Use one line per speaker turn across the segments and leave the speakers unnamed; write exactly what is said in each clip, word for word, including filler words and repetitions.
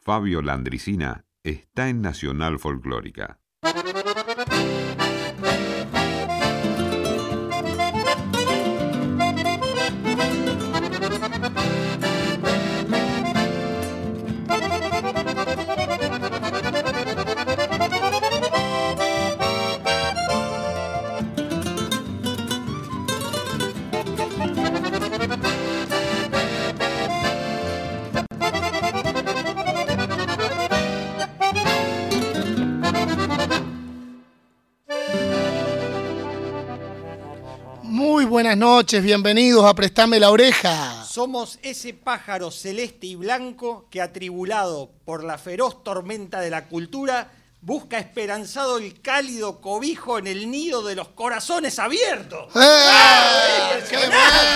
Fabio Landricina está en Nacional Folclórica.
Buenas noches, bienvenidos a Prestame la Oreja.
Somos ese pájaro celeste y blanco que, atribulado por la feroz tormenta de la cultura, busca esperanzado el cálido cobijo en el nido de los corazones abiertos.
¡Eh! ¡Ah, ¡Qué bueno!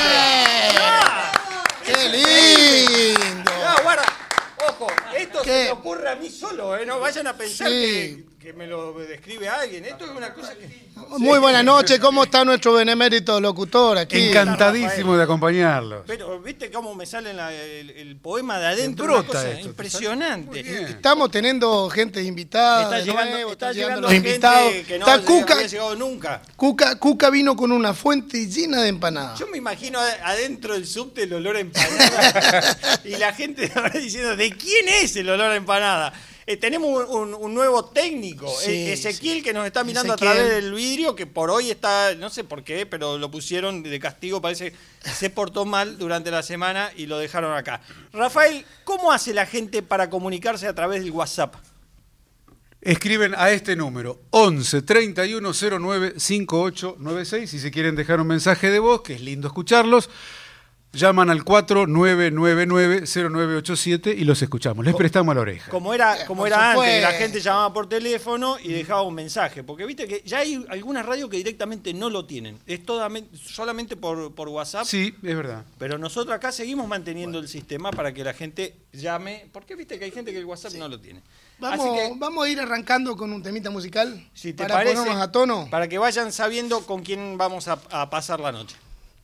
¡Ah! ¡Qué lindo!
Ah, guarda, ojo, esto ¿Qué? Se me ocurre a mí solo, ¿eh? No vayan a pensar sí. que, que me lo describe alguien. Esto es una cosa que...
Muy buenas noches, ¿cómo está nuestro benemérito locutor aquí?
Encantadísimo de acompañarlos.
Pero viste cómo me sale la, el, el poema de adentro, una cosa esto, impresionante.
Estamos teniendo gente invitada,
está llegando,
nuevo,
está
están
llegando
los invitados.
Que no
está Cuca,
había llegado nunca.
Cuca, Cuca vino con una fuente llena de empanadas.
Yo me imagino adentro del subte el olor a empanada y la gente diciendo, ¿de quién es el olor a empanada? Eh, tenemos un, un, un nuevo técnico, sí, Ezequiel, sí. que nos está mirando Ezequiel. A través del vidrio, que por hoy está, no sé por qué, pero lo pusieron de castigo, parece que se portó mal durante la semana y lo dejaron acá. Rafael, ¿cómo hace la gente para comunicarse a través del WhatsApp?
Escriben a este número, once treinta y uno cero nueve cincuenta y ocho noventa y seis, si se quieren dejar un mensaje de voz, que es lindo escucharlos. Llaman al cuatro nueve nueve nueve cero nueve ocho siete y los escuchamos. Les prestamos la oreja.
Como era, como era antes, la gente llamaba por teléfono y dejaba un mensaje. Porque viste que ya hay algunas radios que directamente no lo tienen. Es todamente, solamente por, por WhatsApp.
Sí, es verdad.
Pero nosotros acá seguimos manteniendo bueno. el sistema para que la gente llame. Porque viste que hay gente que el WhatsApp sí. no lo tiene.
Vamos,
Así que,
vamos a ir arrancando con un temita musical.
Si te
para
parece,
ponernos a tono.
Para que vayan sabiendo con quién vamos a, a pasar la noche.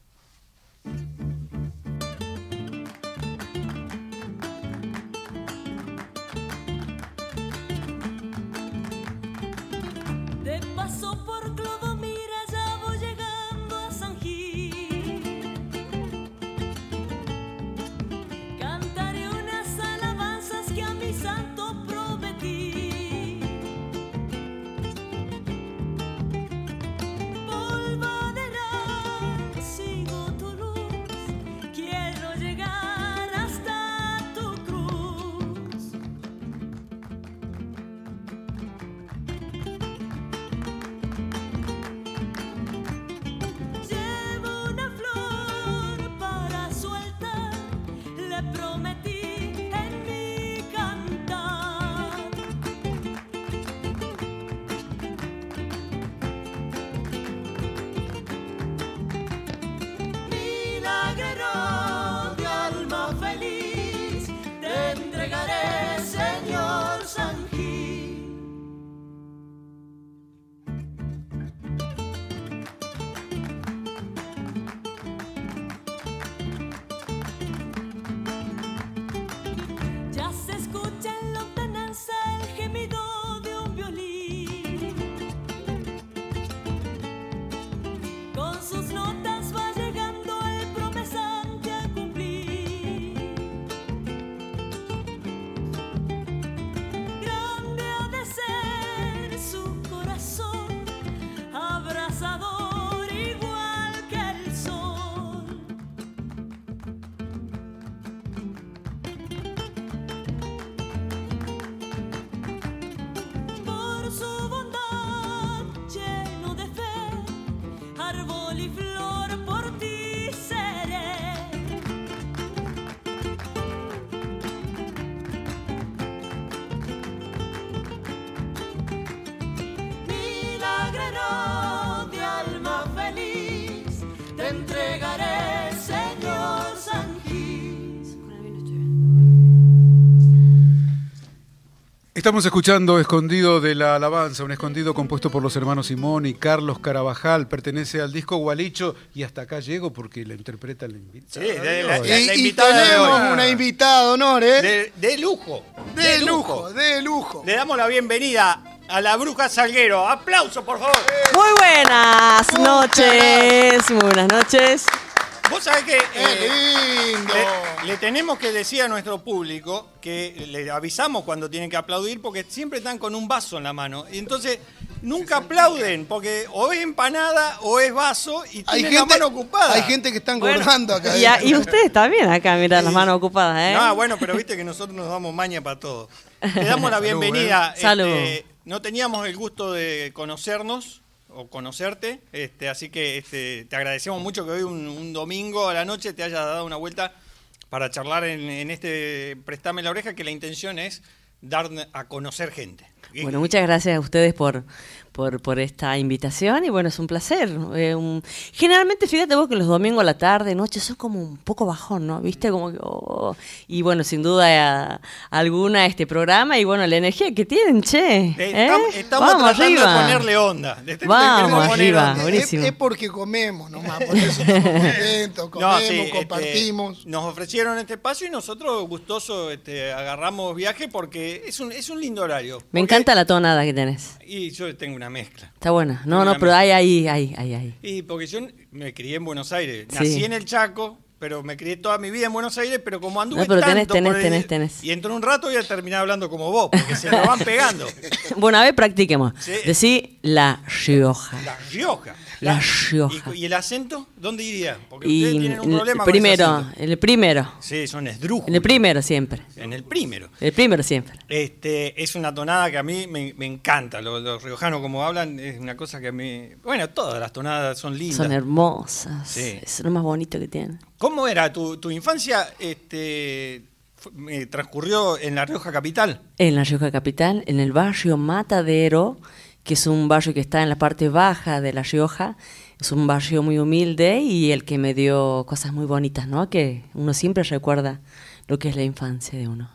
Paso por Clodomira, ya voy llegando a San Gil. Cantaré unas alabanzas que a mi santo prometí. Polvaderal, sigo tu luz, quiero llegar hasta tu cruz. Prometí en mi cantar.
Estamos escuchando Escondido de la Alabanza, un escondido compuesto por los hermanos Simón y Carlos Carabajal. Pertenece al disco Gualicho y hasta acá llego porque la interpreta la invitada.
Sí, de la,
Y,
la- la
y
invitada de
tenemos
hoy.
una invitada de honor, ¿eh?
De, de lujo.
De, lujo, de lujo.
Le damos la bienvenida a la Bruja Salguero. Aplauso, por favor.
Muy buenas
Muchas
noches, muy buenas noches.
Vos sabés que
¡Qué
eh,
lindo!
le, le tenemos que decir a nuestro público que le avisamos cuando tienen que aplaudir porque siempre están con un vaso en la mano. Y entonces nunca aplauden porque o es empanada o es vaso y
Hay
tienen la
gente,
mano ocupada.
hay gente que está
Bueno,
engordando acá.
y, a-
adentro.
y ustedes también acá, mirá, las manos ocupadas, ¿eh?
No, bueno, pero viste que nosotros nos damos maña para todo. Le damos la
Salud,
bienvenida.
¿eh? Salud.
Este, no teníamos el gusto de conocernos o conocerte, este, así que este, te agradecemos mucho que hoy un, un domingo a la noche te hayas dado una vuelta para charlar en, en este Prestame la Oreja, que la intención es dar a conocer gente.
Bueno, muchas gracias a ustedes por, por, por esta invitación y bueno, es un placer. Eh, un- Generalmente, fíjate vos que los domingos a la tarde, noche, son como un poco bajón, ¿no? ¿Viste? Como que, oh. Y bueno, sin duda eh, alguna este programa y bueno, la energía que tienen, che.
Eh,
¿eh?
Estamos, estamos
Vamos
tratando
arriba.
de ponerle onda. De- de- de-
Vamos
queremos poner
arriba,
onda.
Es-
buenísimo.
Es, porque comemos nomás, por eso estamos contentos, comemos,
No, sí, este,
compartimos.
nos ofrecieron este espacio y nosotros gustosos este, agarramos viaje porque es un, es un lindo horario.
Me
Porque-
encanta la tonada que tenés.
Y yo tengo una mezcla.
Está buena. No,
Tengo
no,
una
pero
mezcla.
hay ahí, hay, hay, hay.
Y porque yo me crié en Buenos Aires.
Sí.
Nací en el Chaco, pero me crié toda mi vida en Buenos Aires, pero como anduve
No, pero tenés,
tanto
tenés,
por el-
tenés, tenés.
Y dentro de un rato voy a terminar hablando como vos, porque se me van pegando.
Bueno, a ver, practiquemos.
Sí.
Decí La Rioja.
La Rioja.
La Rioja.
¿Y, y el acento? ¿Dónde iría? Porque
Y
ustedes tienen un
el
problema con ese
primero,
acento.
el primero.
Sí, son esdrújulos.
El primero siempre.
En el primero.
El primero siempre.
Este, es una tonada que a mí me, me encanta. Los, los riojanos, como hablan, es una cosa que a mí. Bueno, todas las tonadas son lindas.
Son hermosas.
Sí.
Es lo más bonito que tienen.
¿Cómo era tu, tu infancia? Este, fue- eh, transcurrió en La Rioja capital.
En La Rioja Capital, en el barrio Matadero, que es un barrio que está en la parte baja de La Rioja. Es un barrio muy humilde y el que me dio cosas muy bonitas, ¿no? Que uno siempre recuerda lo que es la infancia de uno.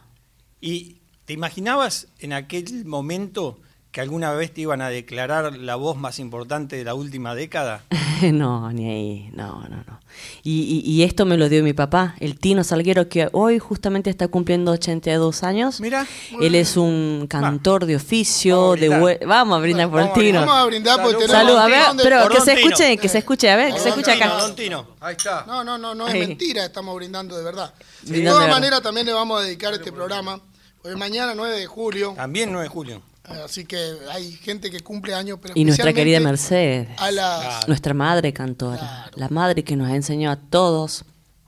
¿Y te imaginabas en aquel momento que alguna vez te iban a declarar la voz más importante de la última década?
No, ni ahí, no, no, no. Y, y- y esto me lo dio mi papá, el Tino Salguero, que hoy justamente está cumpliendo ochenta y dos años.
Mira.
Él es un cantor de oficio,
Vamos a
de
brindar.
hue- Vamos a brindar por el
Vamos a
Tino.
Vamos a brindar porque
Salud.
tenemos
Salud, a
un
ver,
montón de-
pero
Por
que
Don
se
Tino.
escuche, que se escuche, a ver, que se
Don
escuche
Tino,
acá.
Don Tino.
Ahí está.
No, no, no, no es
Sí.
mentira, estamos brindando de verdad. De
Brindando
todas
de verdad.
maneras, también le vamos a dedicar este programa, porque mañana, nueve de julio,
También nueve de julio.
así que hay gente que cumple años, pero
Y nuestra querida
especialmente
Mercedes,
a las...
nuestra madre cantora,
Claro.
la madre que nos enseñó a todos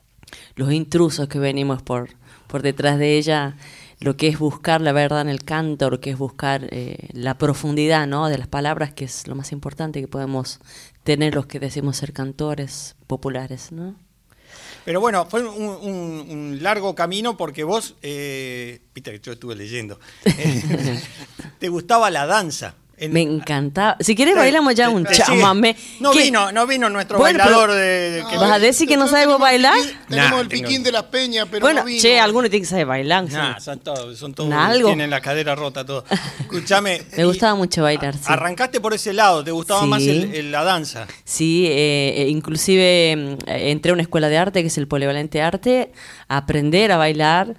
los intrusos que venimos por, por detrás de ella, lo que es buscar la verdad en el canto, lo que es buscar eh, la profundidad, ¿no?, de las palabras, que es lo más importante que podemos tener los que decimos ser cantores populares, ¿no?
Pero bueno, fue un, un- un largo camino porque vos, eh, viste que yo estuve leyendo, eh, te gustaba la danza. En-
Me encantaba. Si querés
Te-
bailamos ya
te-
un
te sigue.
chamamé.
No
¿Qué?
vino, no vino nuestro
Bueno,
bailador
pero-
de, de- que-
¿Vas a decir que no
Nosotros
sabemos
tenemos el
bailar?
piquín- Tenemos
Nah,
el
tengo-
piquín de las peñas, pero
Bueno,
no vino.
che, alguno tiene que saber bailar.
Nah, son todos, son todos,
¿Algo?
tienen la cadera rota todos. Escúchame.
Me
y
gustaba mucho bailar, sí.
Arrancaste por ese lado, te gustaba
Sí.
más el- el- la danza.
Sí, eh, eh, inclusive mm, eh, entré a una escuela de arte, que es el Polivalente Arte, a aprender a bailar.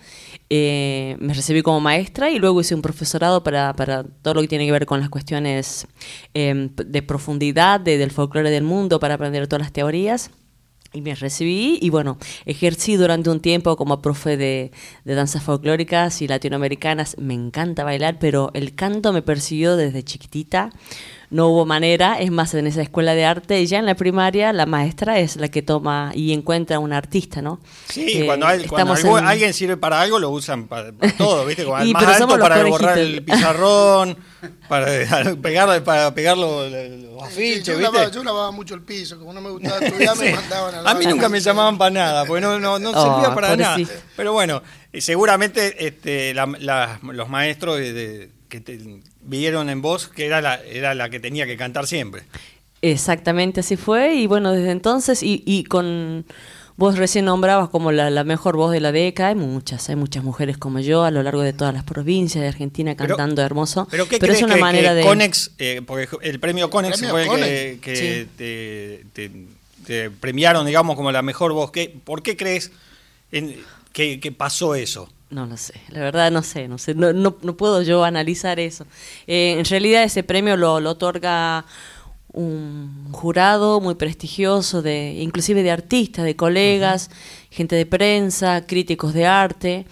Eh, me recibí como maestra y luego hice un profesorado para, para todo lo que tiene que ver con las cuestiones eh, de profundidad de- del folclore del mundo, para aprender todas las teorías. Y me recibí y bueno, ejercí durante un tiempo como profe de, de danzas folclóricas y latinoamericanas. Me encanta bailar, pero el canto me persiguió desde chiquitita. No hubo manera, es más, en esa escuela de arte, ya en la primaria, la maestra es la que toma y encuentra a un artista, ¿no?
Sí,
Eh,
cuando, hay- cuando
estamos
algo-
en-
alguien sirve para algo, lo usan para, para todo, ¿viste? Como
Y,
más
pero
alto
somos los
para borrar
conejitos.
el pizarrón, para pegar, para pegar los, los
Sí,
afiches,
yo,
¿viste?
lavaba, yo lavaba mucho el piso, como no me gustaba estudiar, me
Sí.
mandaban a
A
lavar
mí
el
nunca me
piso.
llamaban para nada, porque no, no, no
Oh,
servía para nada.
pobrecito.
Pero bueno, eh, seguramente este, la- la- los maestros de- de- que te vieron en vos que era la, era la que tenía que cantar siempre.
Exactamente así fue y bueno, desde entonces y, y con vos recién nombrabas como la, la mejor voz de la década. Hay muchas, hay muchas mujeres como yo a lo largo de todas las provincias de Argentina cantando
pero,
hermoso.
Pero, ¿qué
pero
crees
es una
que,
manera
que
de...
Conex, eh, porque el premio Conex
¿Premio
fue el
Conex?
que, que
Sí.
te, te, te premiaron, digamos, como la mejor voz. ¿Qué, ¿Por qué crees en, que, que pasó eso?
No lo sé, la verdad no sé, no sé, no, no, no puedo yo analizar eso. Eh, en realidad ese premio lo, lo otorga un jurado muy prestigioso, de inclusive de artistas, de colegas, uh-huh. gente de prensa, críticos de arte,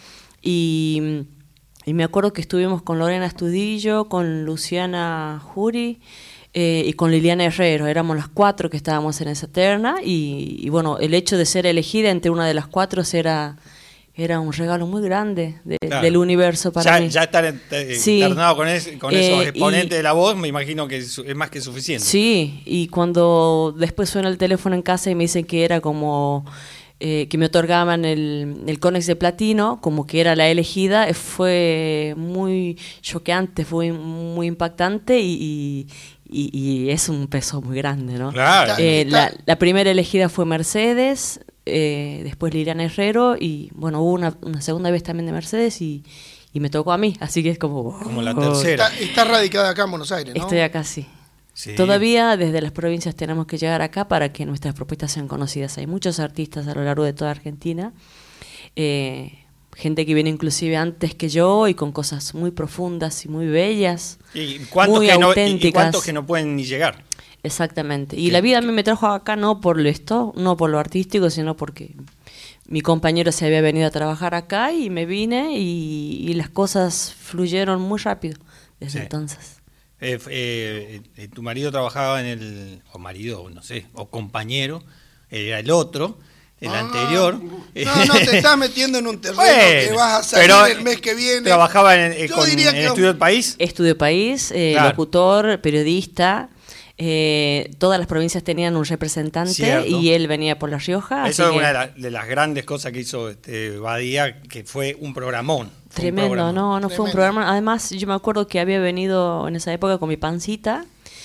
y, y me acuerdo que estuvimos con Lorena Estudillo, con Luciana Jury eh, y con Liliana Herrero. Éramos las cuatro que estábamos en esa terna, y, y bueno, el hecho de ser elegida entre una de las cuatro era... Era un regalo muy grande de, claro. del universo para
ya,
mí.
Ya estar internado sí. con, es, con eh, esos exponentes y, de la voz, me imagino que es, es más que suficiente.
Sí, y cuando después suena el teléfono en casa y me dicen que era como... Eh, que me otorgaban el, el Conex de Platino, como que era la elegida, fue muy choqueante, fue muy impactante y... y Y, y es un peso muy grande, ¿no?
Claro.
Eh, la, la primera elegida fue Mercedes, eh, después Liliana Herrero, y bueno, hubo una, una segunda vez también de Mercedes y, y me tocó a mí, así que es como...
Como la tercera.
Está, está radicada acá en Buenos Aires, ¿no?
Estoy acá, sí.
sí.
Todavía desde las provincias tenemos que llegar acá para que nuestras propuestas sean conocidas. Hay muchos artistas a lo largo de toda Argentina, eh, gente que viene inclusive antes que yo y con cosas muy profundas y muy bellas,
¿Y cuántos,
muy
que no,
auténticas.
y, y cuántos que no pueden ni llegar?
Exactamente. Y la vida a mí me trajo acá no por lo esto, no por lo artístico, sino porque mi compañero se había venido a trabajar acá y me vine y, y las cosas fluyeron muy rápido desde
sí.
entonces.
Eh, eh, eh, tu marido trabajaba en el, o marido, no sé, o compañero, era el otro, el ah, anterior.
No, no, te estás metiendo en un terreno bueno, que vas a salir
pero
el mes que viene.
¿Trabajaba en, eh, con, en Estudio del País?
Estudio País, eh, claro. locutor, periodista. Eh, todas las provincias tenían un representante. Cierto. Y él venía por La Rioja.
Eso es
que...
una de, la, de las grandes cosas que hizo este Badía, que fue un programón. Fue
Tremendo,
un programón.
no, no
Tremendo.
fue un programa. Además, yo me acuerdo que había venido en esa época con mi pancita.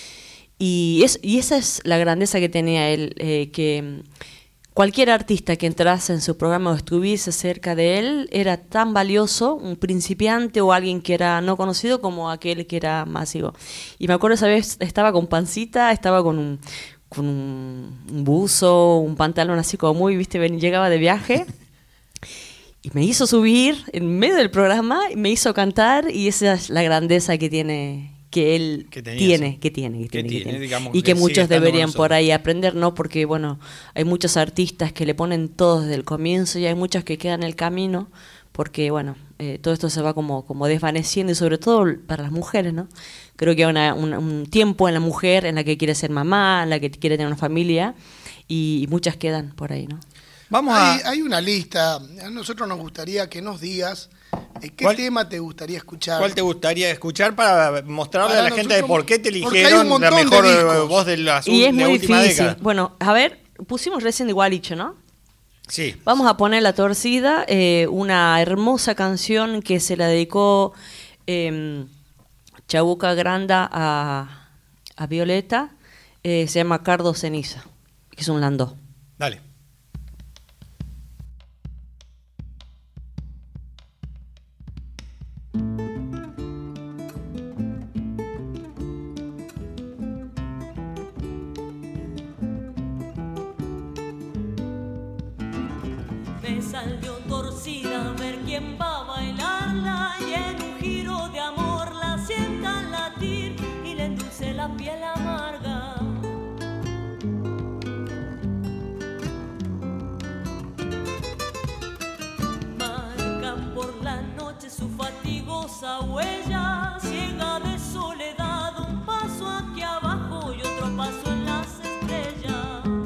Y, es, y esa es la grandeza que tenía él, eh, que cualquier artista que entrase en su programa o estuviese cerca de él era tan valioso, un principiante o alguien que era no conocido como aquel que era masivo. Y me acuerdo esa vez estaba con pancita, estaba con un, con un, un buzo, un pantalón así como muy, viste, ven, llegaba de viaje. Y me hizo subir en medio del programa, y me hizo cantar, y esa es la grandeza que tiene... que él
que tenía,
tiene,
sí.
que tiene, que tiene,
que
que tiene.
Digamos,
y que, que muchos deberían por ahí aprender, ¿no? Porque, bueno, hay muchos artistas que le ponen todo desde el comienzo y hay muchos que quedan en el camino porque, bueno, eh, todo esto se va como, como desvaneciendo y sobre todo para las mujeres, ¿no? Creo que hay una, una, un tiempo en la mujer en la que quiere ser mamá, en la que quiere tener una familia y, y muchas quedan por ahí, ¿no?
Vamos a... Hay, hay una lista, a nosotros nos gustaría que nos digas ¿qué
¿Cuál,
tema te gustaría escuchar?
¿Cuál te gustaría escuchar para mostrarle
para
a la gente de por qué te eligieron la
mejor
de voz de la,
y es
la
muy
última
difícil.
década?
Bueno, a ver, pusimos recién de Gualicho, ¿no?
Sí.
Vamos a poner La Torcida, eh, una hermosa canción que se la dedicó eh, Chabuca Granda a, a Violeta, eh, se llama Cardo Ceniza, que es un landó.
Dale.
Me salió torcida a ver quién va a bailarla y en un giro de amor la sientan latir y le endulce la piel amarga. Marcan por la noche su fatigosa huella, ciega de soledad, un paso aquí abajo y otro paso en las estrellas.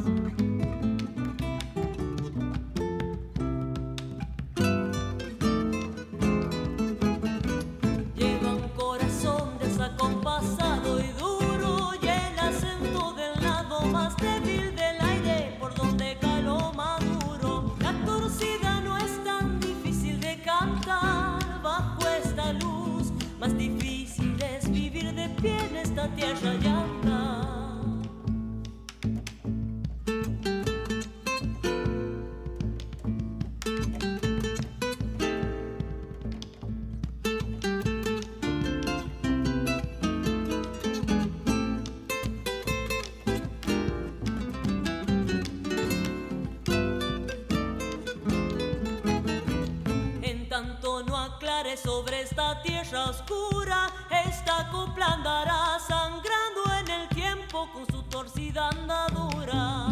Acompasado y duro y el acento del lado más débil del aire por donde cae lo maduro. La torcida no es tan difícil de cantar bajo esta luz, más difícil es vivir de pie en esta tierra llana. sobre esta tierra oscura, esta copla andará sangrando en el tiempo con su torcida andadura.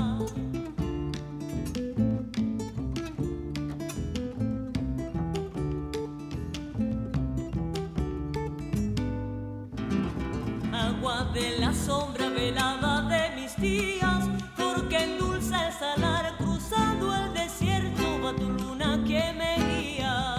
Agua de la sombra velada de mis días, porque endulza el salar cruzando el desierto, va tu luna que me guía.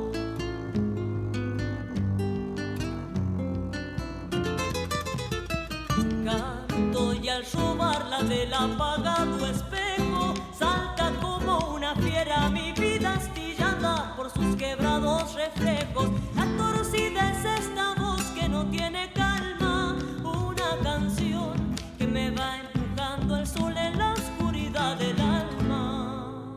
Canto y al robarla del apagado espejo, salta como una fiera mi vida astillada por sus quebrados reflejos. La torcida es esta voz que no tiene calma, una canción que me va empujando el sol en la oscuridad del alma.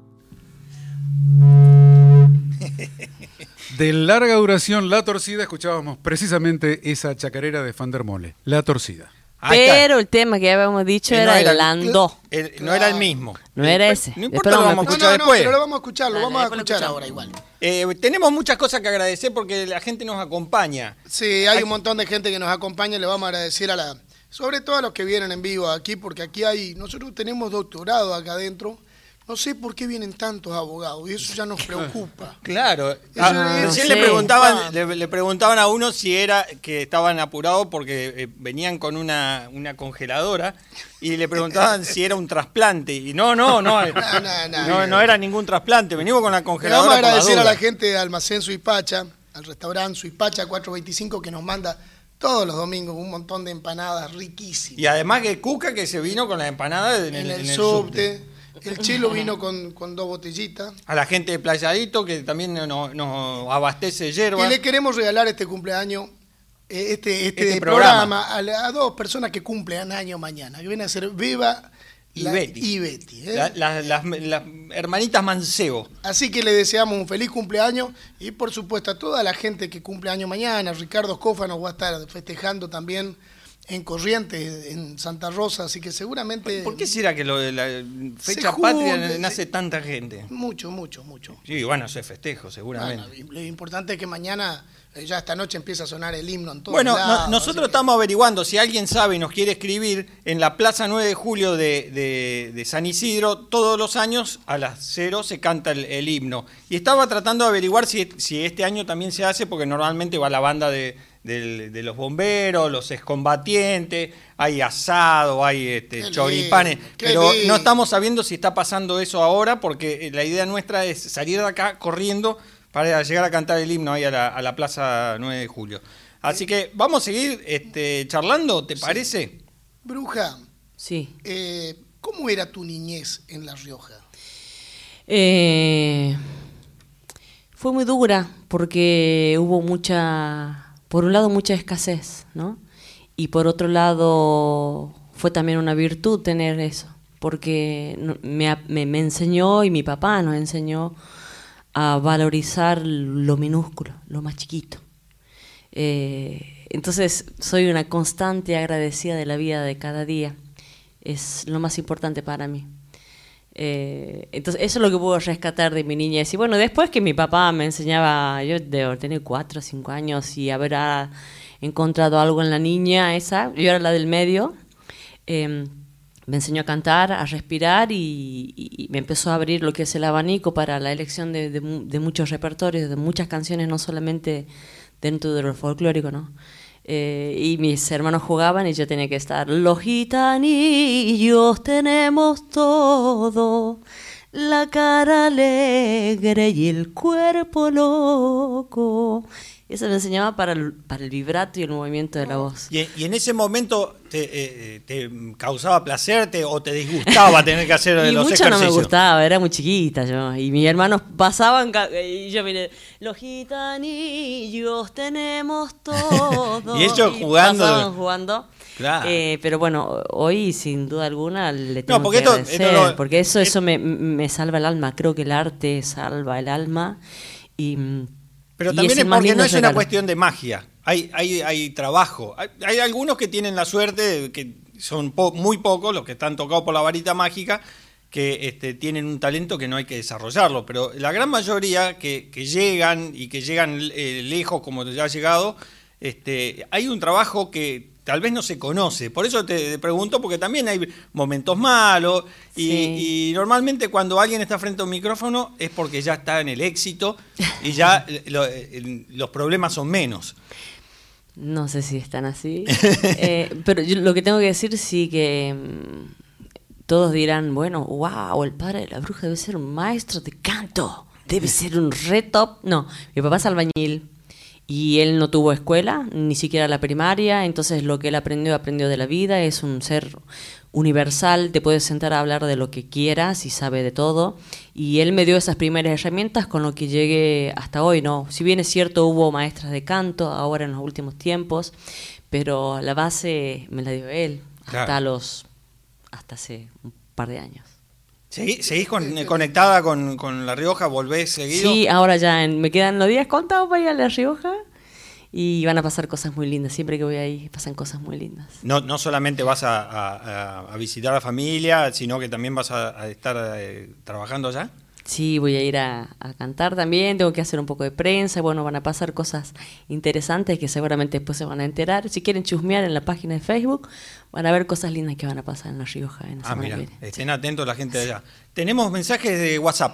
De larga duración, La Torcida, escuchábamos precisamente esa chacarera de Fandermole, La Torcida.
Ahí está.
Pero el tema que habíamos dicho
Eh, no
era
era
el
el-
Landó.
El- no era el mismo.
No era
Después-
ese.
No
Después
importa,
lo
lo
vamos a
vamos a
No,
escuchar
no, no,
después.
pero lo vamos a escuchar, lo
Dale,
vamos a
después lo
escuchar
escuchamos.
ahora igual.
Eh, tenemos muchas cosas que agradecer porque la gente nos acompaña.
Sí, hay un montón de gente que nos acompaña y le vamos a agradecer a la, sobre todo a los que vienen en vivo aquí, porque aquí hay, nosotros tenemos doctorado acá adentro. No sé por qué vienen tantos abogados y eso ya nos preocupa.
Claro.
Eso
Ah,
es-
recién
no
le
sé.
preguntaban, le, le preguntaban a uno si era que estaban apurados porque eh, venían con una, una congeladora y le preguntaban si era un trasplante. Y no, no, no. eh,
No, no, no.
no, no era ningún trasplante. Venimos con la
Le
congeladora.
vamos a
por la
agradecer a
duda.
la gente de Almacén Suipacha, al restaurante Suipacha cuatrocientos veinticinco que nos manda todos los domingos un montón de empanadas riquísimas.
Y además que Cuca que se vino con la empanada en,
en
el,
el,
en el
subte. El Chelo vino con, con dos botellitas.
A la gente de Playadito que también nos, nos abastece yerba.
Y le queremos regalar este cumpleaños, eh, este, este,
Este programa.
programa, a, la- a dos personas que cumplen año mañana, que vienen a ser Beba
Y
la-
Betty.
y Betty, ¿eh?
La- la- las, las hermanitas Mancebo.
Así que le deseamos un feliz cumpleaños y por supuesto a toda la gente que cumple año mañana. Ricardo Escofa nos va a estar festejando también en Corrientes, en Santa Rosa, así que seguramente...
¿Por qué será que lo de la fecha
Se
patria
juntan,
nace
se-
tanta gente?
Mucho, mucho, mucho.
Sí, bueno, se festejo seguramente.
Bueno, y lo importante es que mañana, eh, ya esta noche empieza a sonar el himno en todos
Bueno,
lados.
no- nosotros
así que-
estamos averiguando si alguien sabe y nos quiere escribir en la Plaza nueve de julio de, de- de San Isidro, todos los años a las cero se canta el, el himno. Y estaba tratando de averiguar si, si este año también se hace, porque normalmente va la banda de, del- de los bomberos, los excombatientes, hay asado, hay este,
Qué
choripanes,
lindo, qué
pero
lindo.
no estamos sabiendo si está pasando eso ahora, porque la idea nuestra es salir de acá corriendo para llegar a cantar el himno ahí a la, a la Plaza nueve de julio. Así que vamos a seguir este, charlando, ¿te parece?
Bruja,
Sí.
eh, ¿cómo era tu niñez en La Rioja?
Eh, fue muy dura porque hubo mucha, por un lado mucha escasez, ¿no? Y por otro lado fue también una virtud tener eso, porque no- me, a- me, me enseñó y mi papá nos enseñó a valorizar lo minúsculo, lo más chiquito. Eh, entonces soy una constante agradecida de la vida de cada día, es lo más importante para mí. Eh, entonces, eso es lo que puedo rescatar de mi niñez. Y bueno, después que mi papá me enseñaba, yo debo tener cuatro o cinco años y haber ah, encontrado algo en la niña esa, yo era la del medio, eh, me enseñó a cantar, a respirar y, y- y me empezó a abrir lo que es el abanico para la elección de, de mu- de muchos repertorios, de muchas canciones, no solamente dentro de lo folclórico, ¿no? Eh, y mis hermanos jugaban y yo tenía que estar. Los gitanillos tenemos todo, la cara alegre y el cuerpo loco. Eso me enseñaba para el, para el vibrato y el movimiento de la voz.
Y, y en ese momento te, eh, te causaba placer te- o te disgustaba tener que hacer
Y
los
mucho
ejercicios.
no me gustaba, era muy chiquita yo. Y mis hermanos pasaban ca- y yo miré, los gitanillos tenemos todo.
Y ellos jugando.
Pasaban jugando.
Claro.
Eh, pero bueno, hoy sin duda alguna le tengo
No, porque
que
esto-
agradecer,
esto lo-
porque eso,
eh,
eso me, me salva el alma. Creo que el arte salva el alma. Y,
Pero
y
también
el
es
más
porque
lindo
no es una
regalo.
cuestión de magia. Hay, hay, hay trabajo. Hay, hay algunos que tienen la suerte, de que son po- muy pocos los que están tocados por la varita mágica, que este, tienen un talento que no hay que desarrollarlo, pero la gran mayoría que, que llegan y que llegan eh, lejos como ya ha llegado, este, hay un trabajo que tal vez no se conoce. Por eso te pregunto, porque también hay momentos malos y,
Sí.
y normalmente cuando alguien está frente a un micrófono es porque ya está en el éxito y ya lo, los problemas son menos.
No sé si están así. Eh, pero yo lo que tengo que decir sí que mm, todos dirán, bueno, wow, el padre de la bruja debe ser un maestro de canto, debe ser un re top. No, mi papá es albañil y él no tuvo escuela, ni siquiera la primaria, entonces lo que él aprendió, aprendió de la vida, es un ser universal, te puedes sentar a hablar de lo que quieras y sabe de todo. Y él me dio esas primeras herramientas con lo que llegué hasta hoy, ¿no? Si bien es cierto, hubo maestras de canto ahora en los últimos tiempos, pero la base me la dio él, hasta
Claro.
los hasta hace un par de años.
¿Seguís, seguís con- conectada con, con La Rioja? ¿Volvés seguido?
Sí, ahora ya en- me quedan los días contados para ir a La Rioja y van a pasar cosas muy lindas. Siempre que voy ahí pasan cosas muy lindas.
No, no solamente vas a, a- a visitar a la familia, sino que también vas a, a estar eh, trabajando allá.
Sí, voy a ir a, a cantar también, tengo que hacer un poco de prensa, bueno, van a pasar cosas interesantes que seguramente después se van a enterar. Si quieren chusmear en la página de Facebook, van a ver cosas lindas que van a pasar en La Rioja en la
Ah,
semana
mira,
que viene.
estén atentos la gente de allá. Tenemos mensajes de WhatsApp.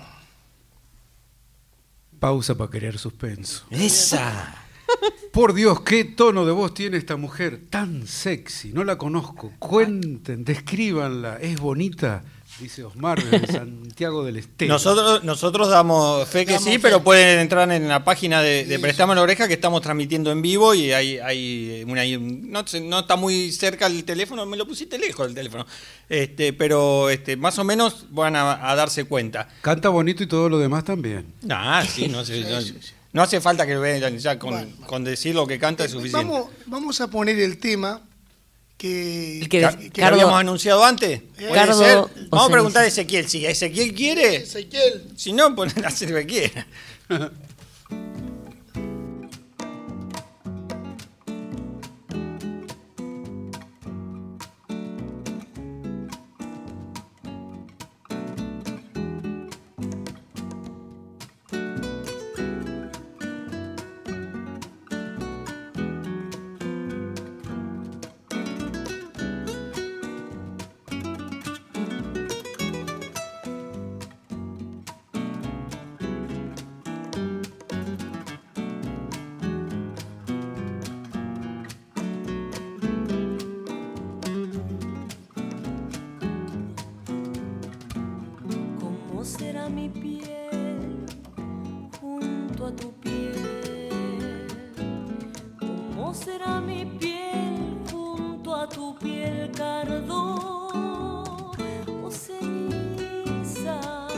Pausa para querer suspenso.
¡Esa!
Por Dios, qué tono de voz tiene esta mujer, tan sexy. No la conozco. Cuenten, descríbanla. Es bonita, dice Osmar desde Santiago del Estero.
Nosotros, nosotros damos fe que
Damos
sí,
fe.
pero pueden entrar en la página de, de
Sí.
Prestame la Oreja que estamos transmitiendo en vivo y hay, hay una, hay un- no, se- no está muy cerca el teléfono, me lo pusiste lejos el teléfono, este, pero este, más o menos van a, a darse cuenta.
Canta bonito y todo lo demás también.
Ah, sí, no, sé,
Sí,
no,
sí, sí.
no hace falta que vean, ya con,
Bueno.
con decir lo que canta es suficiente.
Vamos, vamos a poner el tema que,
El que-
¿Que,
que-
que
Cardo-
habíamos anunciado antes? ¿Puede
Cardo
ser?
o
Vamos a preguntar a
ceniza.
Ezequiel. Si Ezequiel quiere,
Ezequiel.
si no, pues hacer lo que quiera.
¿Cómo será mi piel junto a tu piel? ¿Cómo será mi piel junto a tu piel, cardo o ceniza?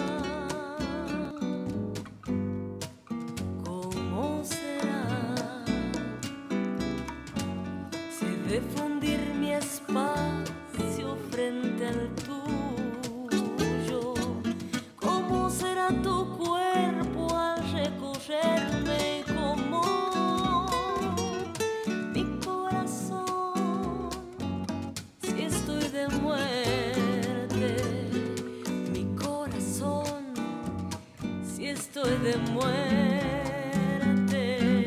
¿Cómo será si de fundir mi espacio frente al tuyo? ¿Cómo será tu cuerpo al recorrerme? ¿Cómo mi corazón si estoy de muerte? Mi corazón si estoy de muerte.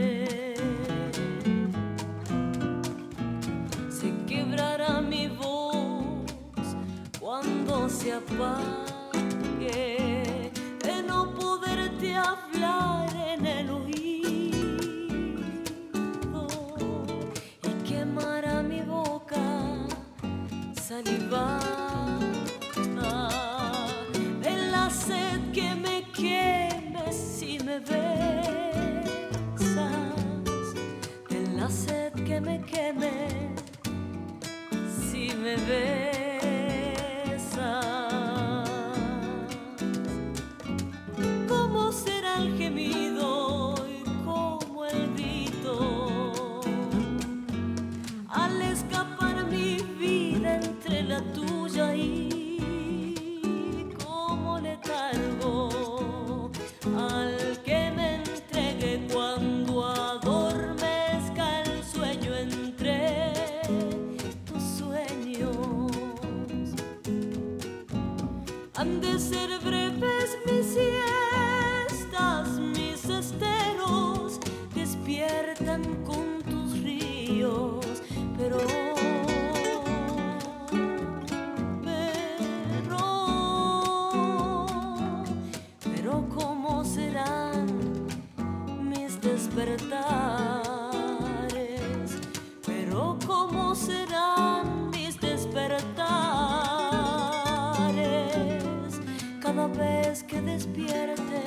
Se quebrará mi voz cuando se apague, de no poderte hablar en el oído, y quemará mi boca salivada de la sed que me queme si me besas, de la sed que me queme si me besas. ¿Cómo será el gemido y cómo el grito al escapar mi vida entre la tuya y como letargo al que me entregue cuando adormezca el sueño entre tus sueños? ser breves mis siestas, mis esteros despiertan con tus ríos, pero pero pero cómo serán mis despertares, pero cómo serán mis despertares cada vez que despierte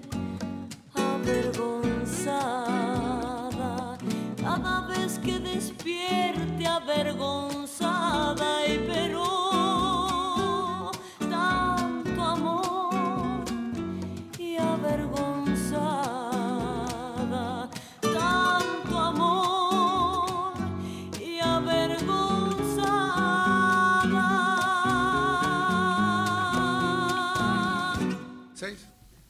avergonzada, cada vez que despierte avergonzada, y pero tanto amor y avergonzada, tanto amor y avergonzada.
¿Seis?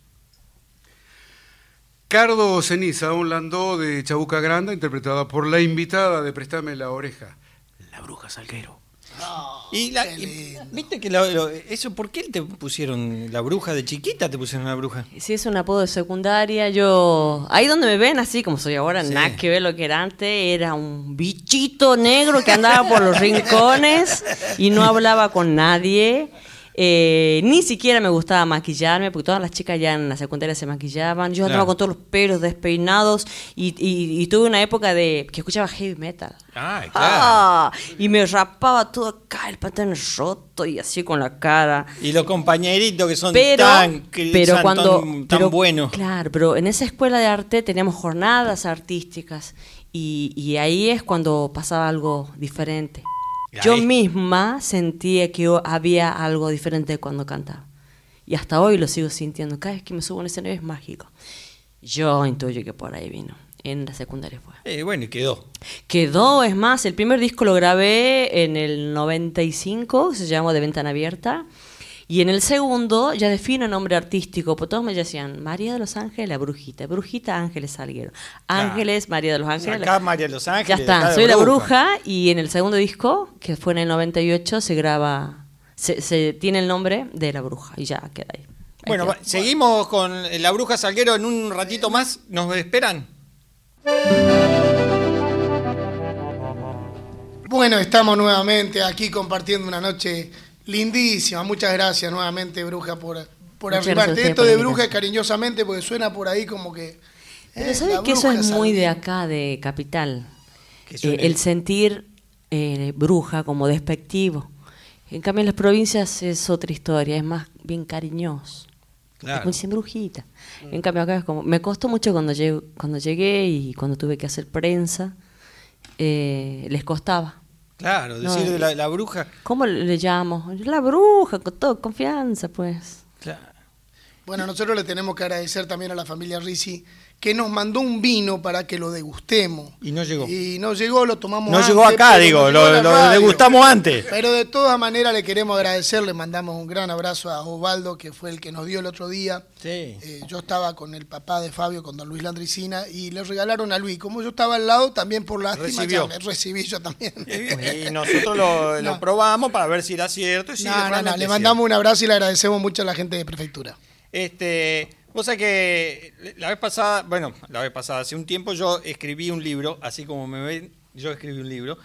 Cardo Ceniza, un landó de Chabuca Granda, interpretada por la invitada de Préstame la Oreja, la bruja Salguero.
Y, la,
Qué
y
lindo.
viste que lo- lo- eso, ¿por qué te pusieron la bruja de chiquita? Te pusieron la bruja.
Si es un apodo de secundaria, yo... Ahí donde me ven, así como soy ahora,
Sí.
nada que ver lo que era antes, era un bichito negro que andaba por los rincones y no hablaba con nadie. Eh, ni siquiera me gustaba maquillarme, porque todas las chicas ya en la secundaria se maquillaban. Yo andaba
Claro.
con todos los pelos despeinados y, y- y tuve una época de que escuchaba heavy metal.
Ay,
Ah, y me rapaba todo acá, el pantalón roto y así con la cara.
Y los compañeritos que son
Pero,
tan, que
pero
son
cuando
tan, tan
pero,
buenos.
Claro, pero en esa escuela de arte teníamos jornadas artísticas y, y ahí es cuando pasaba algo diferente.
Y
Yo
ahí-
misma sentía que yo- había algo diferente cuando cantaba. Y hasta hoy lo sigo sintiendo. Cada vez que me subo en escenario es mágico. Yo intuyo que por ahí vino. En la secundaria fue.
Eh, bueno, y quedó.
Quedó, es más, el primer disco lo grabé en el noventa y cinco, se llamó De Ventana Abierta. Y en el segundo ya defino nombre artístico, porque todos me decían María de los Ángeles, la brujita, brujita Ángeles Salguero, Ángeles, María de los Ángeles.
Acá María de los Ángeles.
Ya
acá
está,
de
soy la bruja y en el segundo disco, que fue en el noventa y ocho, se graba, se, se tiene el nombre de la bruja y ya queda ahí. Ahí
Bueno,
queda.
va- seguimos con la bruja Salguero en un ratito más. ¿Nos esperan?
Bueno, estamos nuevamente aquí compartiendo una noche lindísima. Muchas gracias nuevamente, Bruja, por, por
Muchas gracias a
arrimarte.
ustedes
Esto
por la
de Bruja
invitación.
cariñosamente, porque suena por ahí como que...
Pero
eh,
¿sabes
la
que eso
bruja
es muy de
Salguero.
acá, de Capital?
Que
Eh,
suene-
el sentir eh, bruja como despectivo. En cambio en las provincias es otra historia, es más bien cariñoso.
Claro.
Como dicen brujita. En cambio acá es como... Me costó mucho cuando llegué, cuando llegué y cuando tuve que hacer prensa. eh, les costaba.
Claro,
No,
decir de
eh,
la, la bruja.
¿Cómo le llamo? La bruja, con toda confianza, pues.
Claro.
Bueno, nosotros le tenemos que agradecer también a la familia Risi que nos mandó un vino para que lo degustemos.
Y no llegó.
Y no llegó, lo tomamos
No
antes,
llegó acá,
pero
digo,
nos llegó a
lo,
la
lo
radio.
degustamos antes.
Pero de todas maneras le queremos agradecer, le mandamos un gran abrazo a Osvaldo, que fue el que nos dio el otro día.
Sí.
Eh, yo estaba con el papá de Fabio, con don Luis Landricina, y le regalaron a Luis. Como yo estaba al lado, también por lástima,
Recibió.
ya me recibí yo también.
Y nosotros lo, lo
No.
probamos para ver si era cierto. Y sí,
no, no, no,
realmente
le
es
mandamos un abrazo y le agradecemos mucho a la gente de prefectura.
Este, vos sabés que la vez pasada, bueno, la vez pasada, hace un tiempo yo escribí un libro, así como me ven, yo escribí un libro,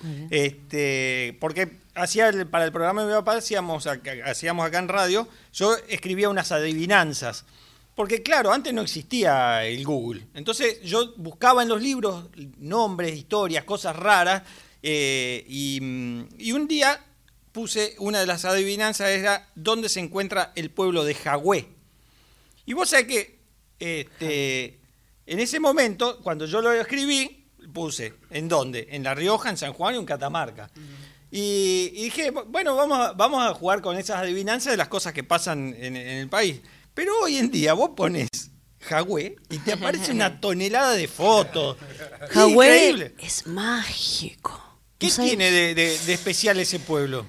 este, porque hacía el- para el programa de mi papá hacíamos acá, hacíamos acá en radio, yo escribía unas adivinanzas. Porque claro, antes no existía el Google. Entonces yo buscaba en los libros nombres, historias, cosas raras, eh, y, mm, y un día puse una de las adivinanzas, era ¿dónde se encuentra el pueblo de Jagüé? Y vos sabés que este, en ese momento, cuando yo lo escribí, puse ¿en dónde? En La Rioja, en San Juan y en Catamarca. Y, y dije, bueno, vamos a, vamos a jugar con esas adivinanzas de las cosas que pasan en, en el país. Pero hoy en día vos pones Jagüé y te aparece una tonelada de fotos. Es
Jagüé
increíble.
es mágico.
¿Qué
¿No sabes?
tiene de, de- de especial ese pueblo?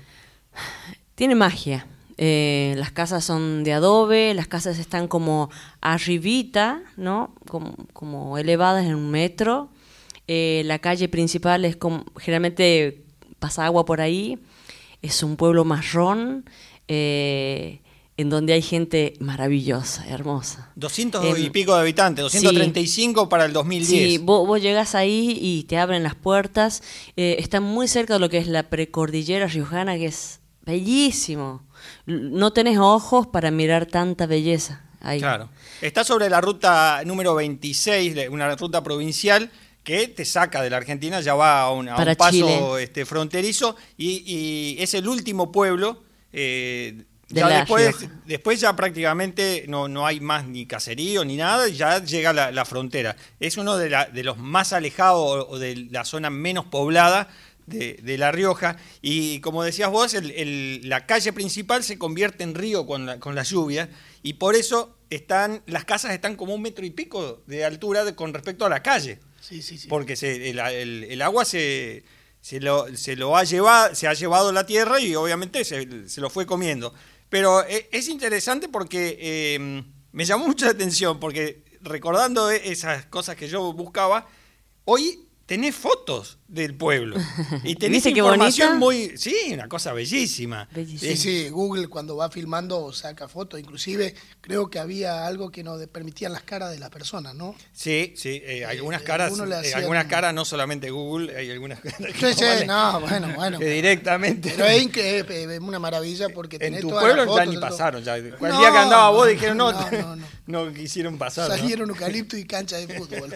Tiene magia. Eh, las casas son de adobe, las casas están como arribita, ¿no? Como, como elevadas en un metro. Eh, la calle principal es como, generalmente pasa agua por ahí. Es un pueblo marrón. Eh, en donde hay gente maravillosa, hermosa.
doscientos
Em,
y pico de habitantes, doscientos treinta y cinco
sí.
para el dos mil diez.
Sí, vos, vos llegás ahí y te abren las puertas. Eh, está muy cerca de lo que es la precordillera riojana, que es bellísimo. L- No tenés ojos para mirar tanta belleza ahí.
Claro. Está sobre la ruta número veintiséis, de- una ruta provincial que te saca de la Argentina, ya va a un, a
Para
un paso
Chile.
este, fronterizo y, y es el último pueblo. eh,
De
ya
La
después,
Rioja.
después ya prácticamente no, no hay más ni caserío ni nada, y ya llega la, la frontera. Es uno de, la- de los más alejados o, o de la zona menos poblada de, de La Rioja. Y como decías vos, el- el- la calle principal se convierte en río con la, con la lluvia, y por eso están, las casas están como un metro y pico de altura de- con respecto a la calle.
Sí, sí, sí.
Porque se- el, el- el agua se, se, lo, se lo ha llevado, se ha llevado la tierra y obviamente se, se lo fue comiendo. Pero eh, es interesante porque eh, me llamó mucho la atención, porque recordando esas cosas que yo buscaba, hoy tenés fotos del pueblo y tenés
¿Viste qué
información
bonita?
muy... Sí, una cosa bellísima.
Bellísimo.
Sí, sí, Google cuando va filmando saca fotos. Inclusive creo que había algo que nos permitían las caras de las personas, ¿no?
Sí, sí, eh, algunas
eh,
caras,
algunos le
eh,
hacían-
algunas caras, no solamente Google, hay algunas caras que,
Sí, sí,
valen,
no, bueno, bueno.
que directamente...
Pero es increíble, es una maravilla porque
En
tenés
tu
todas
pueblo
las
ya
fotos,
ni
todo.
pasaron. Ya. El
No,
día que andaba vos
no,
dijeron no,
no,
no,
no, no.
quisieron pasar. ¿no?
Salieron eucalipto y cancha de fútbol.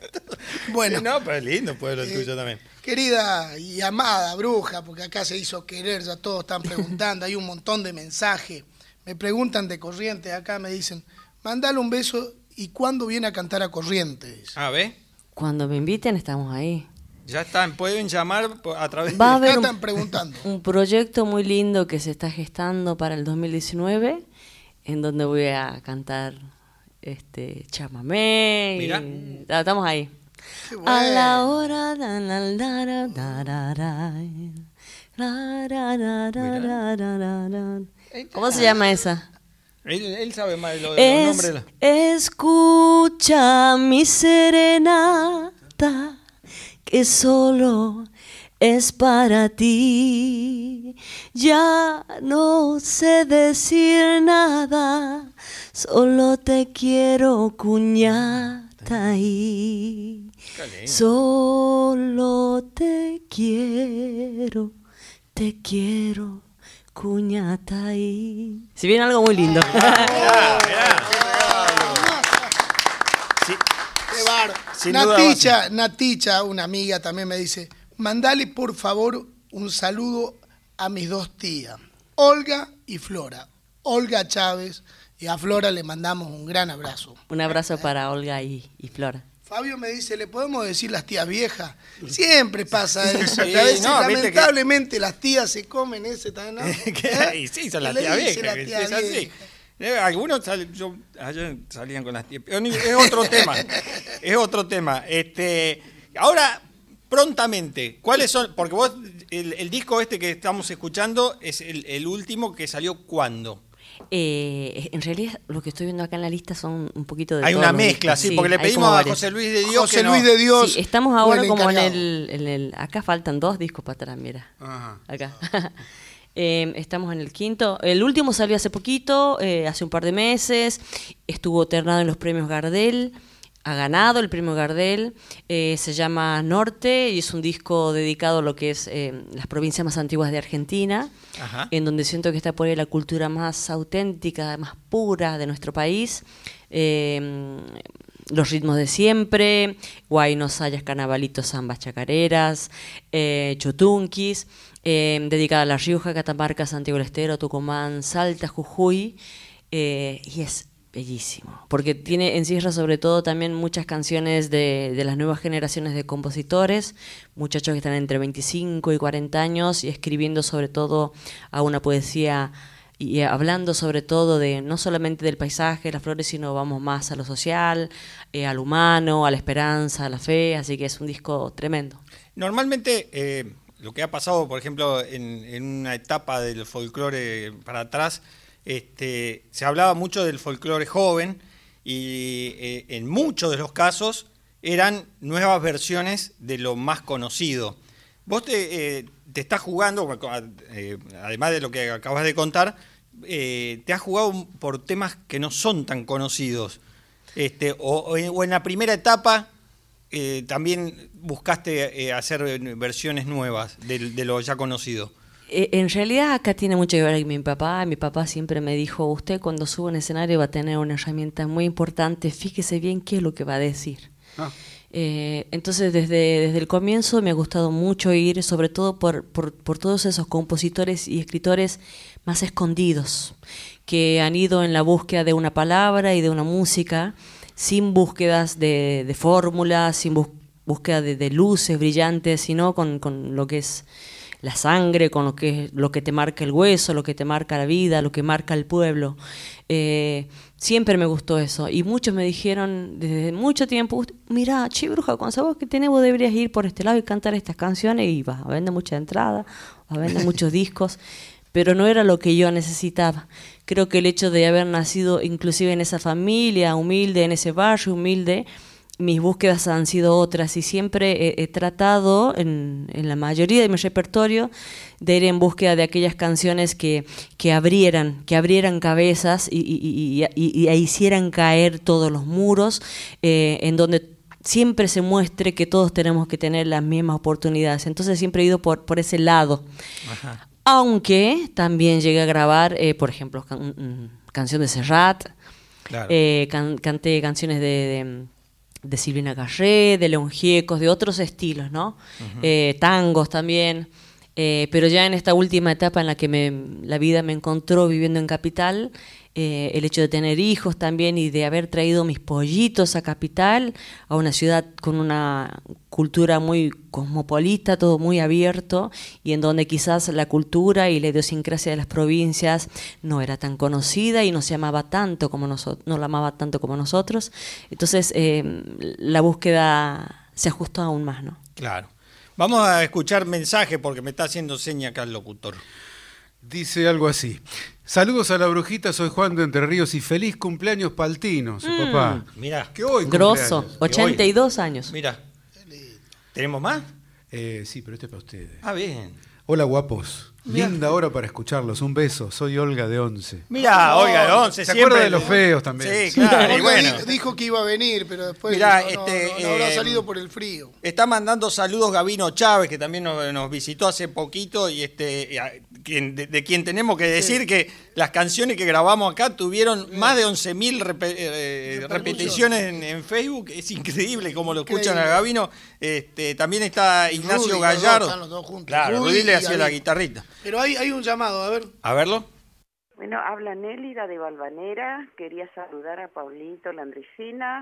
Bueno,
No, pero es lindo el pueblo el
eh,
tuyo también.
querida y amada bruja, porque acá se hizo querer, ya todos están preguntando, hay un montón de mensajes. Me preguntan de Corrientes, acá me dicen, mandale un beso y cuándo viene a cantar a Corrientes.
A ver,
Cuando me inviten estamos ahí.
ya están, pueden llamar por- a través
Va a
de...
haber
Acá
un-
están preguntando.
Un proyecto muy lindo que se está gestando para el dos mil diecinueve, en donde voy a cantar este chamamé. y-
Mira.
Ah, estamos ahí.
Qué
A la
bueno.
hora da, la, la, la, da, ra, ra, ra, ra, ra, ra, ra, ra, ra, ra. ¿Cómo se llama esa?
Él, él sabe más de lo- de los
Es,
nombres. de la-
escucha mi serenata, que solo es para ti. Ya no sé decir nada, solo te quiero, cuñata, y
Qué lindo.
solo te quiero, te quiero, cuñata, y... Si viene algo muy lindo.
Mirá, mirá. Sí,
Qué bárbaro.
Sin duda
Naticha, Naticha, una amiga también me dice, mandale por favor un saludo a mis dos tías, Olga y Flora. Olga Chávez, y a Flora le mandamos un gran abrazo.
Un abrazo para Olga y, y Flora.
Fabio me dice, ¿le podemos decir las tías viejas? Siempre pasa eso.
Sí,
que a veces,
no, viste que-
lamentablemente, las tías se comen ese también, ¿no?
Que-
¿Eh?
y sí, son las
Le
tías
dice
viejas.
la
que
tía
es así.
vieja.
Eh, Algunos sal- yo, ayer salían con las tías. pero ni- Es otro tema. Es otro tema. Este, ahora, prontamente, ¿cuáles son? Porque vos, el, el disco este que estamos escuchando es el, el último que salió ¿cuándo?
Eh, en realidad, lo que estoy viendo acá en la lista son un poquito de
Hay
todos
una
los
mezcla,
discos.
sí, porque le
hay
pedimos
como
a
varios.
José Luis de Dios
José
que no-
Luis de Dios.
Sí, estamos
fue
ahora
el
como en
encargado.
el, en el... Acá faltan dos discos para atrás, mira.
Ajá.
Acá. Eh, estamos en el quinto. El último salió hace poquito, eh, hace un par de meses. Estuvo ternado en los premios Gardel. Ha ganado el premio Gardel. Eh, se llama Norte y es un disco dedicado a lo que es eh, las provincias más antiguas de Argentina,
Ajá.
en donde siento que está por ahí la cultura más auténtica, más pura de nuestro país. Eh, los ritmos de siempre, guaynos, sayas, carnavalitos, zambas, chacareras, eh, chotunquis, eh, dedicada a La Rioja, Catamarca, Santiago del Estero, Tucumán, Salta, Jujuy, eh, y es bellísimo, porque tiene encierra sobre todo también muchas canciones de, de las nuevas generaciones de compositores, muchachos que están entre veinticinco y cuarenta años y escribiendo sobre todo a una poesía y hablando sobre todo de no solamente del paisaje, las flores, sino vamos más a lo social, eh, al humano, a la esperanza, a la fe, así que es un disco tremendo.
Normalmente, eh, lo que ha pasado, por ejemplo, en, en una etapa del folclore para atrás, este, se hablaba mucho del folclore joven y eh, en muchos de los casos eran nuevas versiones de lo más conocido. Vos te, eh, te estás jugando, eh, además de lo que acabas de contar, eh, te has jugado por temas que no son tan conocidos. Este, o, o en la primera etapa eh, también buscaste eh, hacer versiones nuevas de, de lo ya conocido.
En realidad acá tiene mucho que ver con mi papá. Mi papá siempre me dijo, usted cuando sube a un escenario va a tener una herramienta muy importante, fíjese bien qué es lo que va a decir. Ah. Eh, entonces desde, desde el comienzo me ha gustado mucho ir, sobre todo por, por, por todos esos compositores y escritores más escondidos, que han ido en la búsqueda de una palabra y de una música, sin búsquedas de, de fórmulas, sin bus, búsqueda de, de luces brillantes, sino con, con lo que es la sangre, con lo que, lo que te marca el hueso, lo que te marca la vida, lo que marca el pueblo. Eh, siempre me gustó eso. Y muchos me dijeron desde mucho tiempo, mira, che, bruja, cuando sabes que tenés, vos deberías ir por este lado y cantar estas canciones y vas a vender mucha entrada, vas a vender muchos discos. Pero no era lo que yo necesitaba. Creo que el hecho de haber nacido inclusive en esa familia humilde, en ese barrio humilde, mis búsquedas han sido otras y siempre he, he tratado, en, en la mayoría de mi repertorio, de ir en búsqueda de aquellas canciones que, que abrieran, que abrieran cabezas y, y, y, y, y hicieran caer todos los muros, eh, en donde siempre se muestre que todos tenemos que tener las mismas oportunidades. Entonces siempre he ido por, por ese lado. Ajá. Aunque también llegué a grabar, eh, por ejemplo, can, canción de Serrat, claro. eh, can, canté canciones de... de de Silvina Carré, de León Giecos, de otros estilos, ¿no? Uh-huh. Eh, tangos también, eh, pero ya en esta última etapa en la que me, la vida me encontró viviendo en Capital, eh, el hecho de tener hijos también y de haber traído mis pollitos a Capital, a una ciudad con una cultura muy cosmopolita, todo muy abierto, y en donde quizás la cultura y la idiosincrasia de las provincias no era tan conocida y no se amaba tanto como nosotros, no la amaba tanto como nosotros. Entonces eh, la búsqueda se ajustó aún más, ¿no?
Claro. Vamos a escuchar mensaje porque me está haciendo seña acá el locutor.
Dice algo así: saludos a la brujita, soy Juan de Entre Ríos y feliz cumpleaños Paltino, su mm. papá.
Mirá.
Que hoy
grosso, ochenta y dos años.
Mira. ¿Tenemos más?
Eh, sí, pero este es para ustedes.
Ah, bien.
Hola, guapos. Mirá. Linda hora para escucharlos. Un beso. Soy Olga de Once.
Mira, oh, Olga de Once.
Se acuerda de los feos también.
Sí, claro.
Y bueno. Dijo que iba a venir, pero después
Mirá,
dijo,
este,
no, no, no habrá
eh,
salido por el frío.
Está mandando saludos Gabino Chávez, que también nos, nos visitó hace poquito, y este de, de quien tenemos que decir sí. que las canciones que grabamos acá tuvieron sí. más de once mil rep, eh, repeticiones en, en Facebook. Es increíble cómo lo escuchan a Gabino. Este, también está Ignacio
Rudy,
Gallardo.
Los dos, están los dos juntos.
Claro,
Rudy,
Rudy le hacía
Gabino.
La guitarrita.
Pero hay, hay un llamado, a ver.
A verlo.
Bueno, habla Nélida de Valvanera. Quería saludar a Paulito Landricina,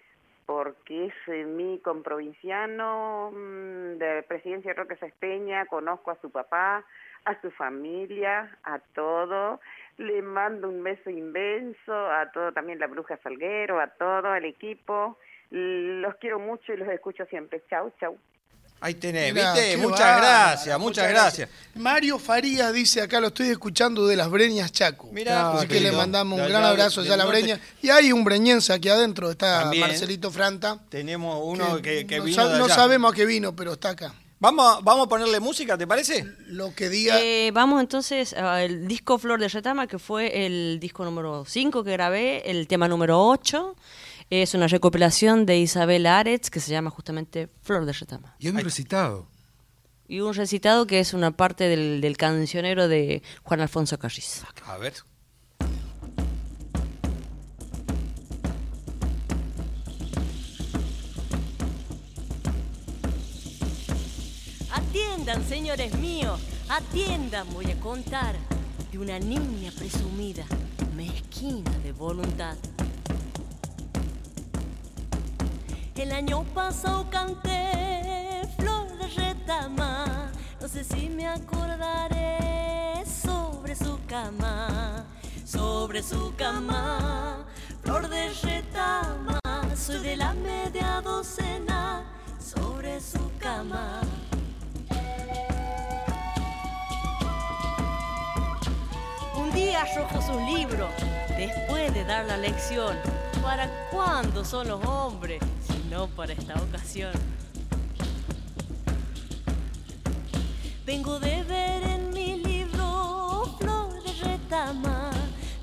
porque es eh, mi comprovinciano de Presidencia Roque Sáenz Peña. Conozco a su papá, a su familia, a todo. Le mando un beso inmenso a todo, también la Bruja Salguero, a todo el equipo. Los quiero mucho y los escucho siempre. Chau, chau.
Ahí tenés,
Mirá,
¿viste? Muchas
bárbara,
gracias, muchas gracias.
gracias. Mario Farías dice acá, lo estoy escuchando de las Breñas Chaco.
Mirá,
así que
lindo.
le mandamos un
La
gran
llave
abrazo allá a la
norte.
Breña. Y hay un breñense aquí adentro, está
También.
Marcelito Franta.
Tenemos uno que, que
no,
vino
sab-
de
no
allá.
sabemos a qué vino, pero está acá.
Vamos, a- vamos a ponerle música, ¿te parece?
Lo que diga.
Eh, vamos entonces al disco Flor de Retama, que fue el disco número cinco que grabé, el tema número ocho. Es una recopilación de Isabel Aretz que se llama justamente Flor de Retama.
Y hay un recitado.
Y un recitado que es una parte del, del cancionero de Juan Alfonso Carriz.
A ver.
Atiendan, señores míos, atiendan, voy a contar de una niña presumida, mezquina de voluntad. El año pasado canté Flor de Retama, no sé si me acordaré sobre su cama, sobre su cama, Flor de Retama, soy de la media docena, sobre su cama. Un día arrojó sus libros, después de dar la lección. ¿Para cuándo son los hombres, si no para esta ocasión? Vengo de ver en mi libro Flor de Retama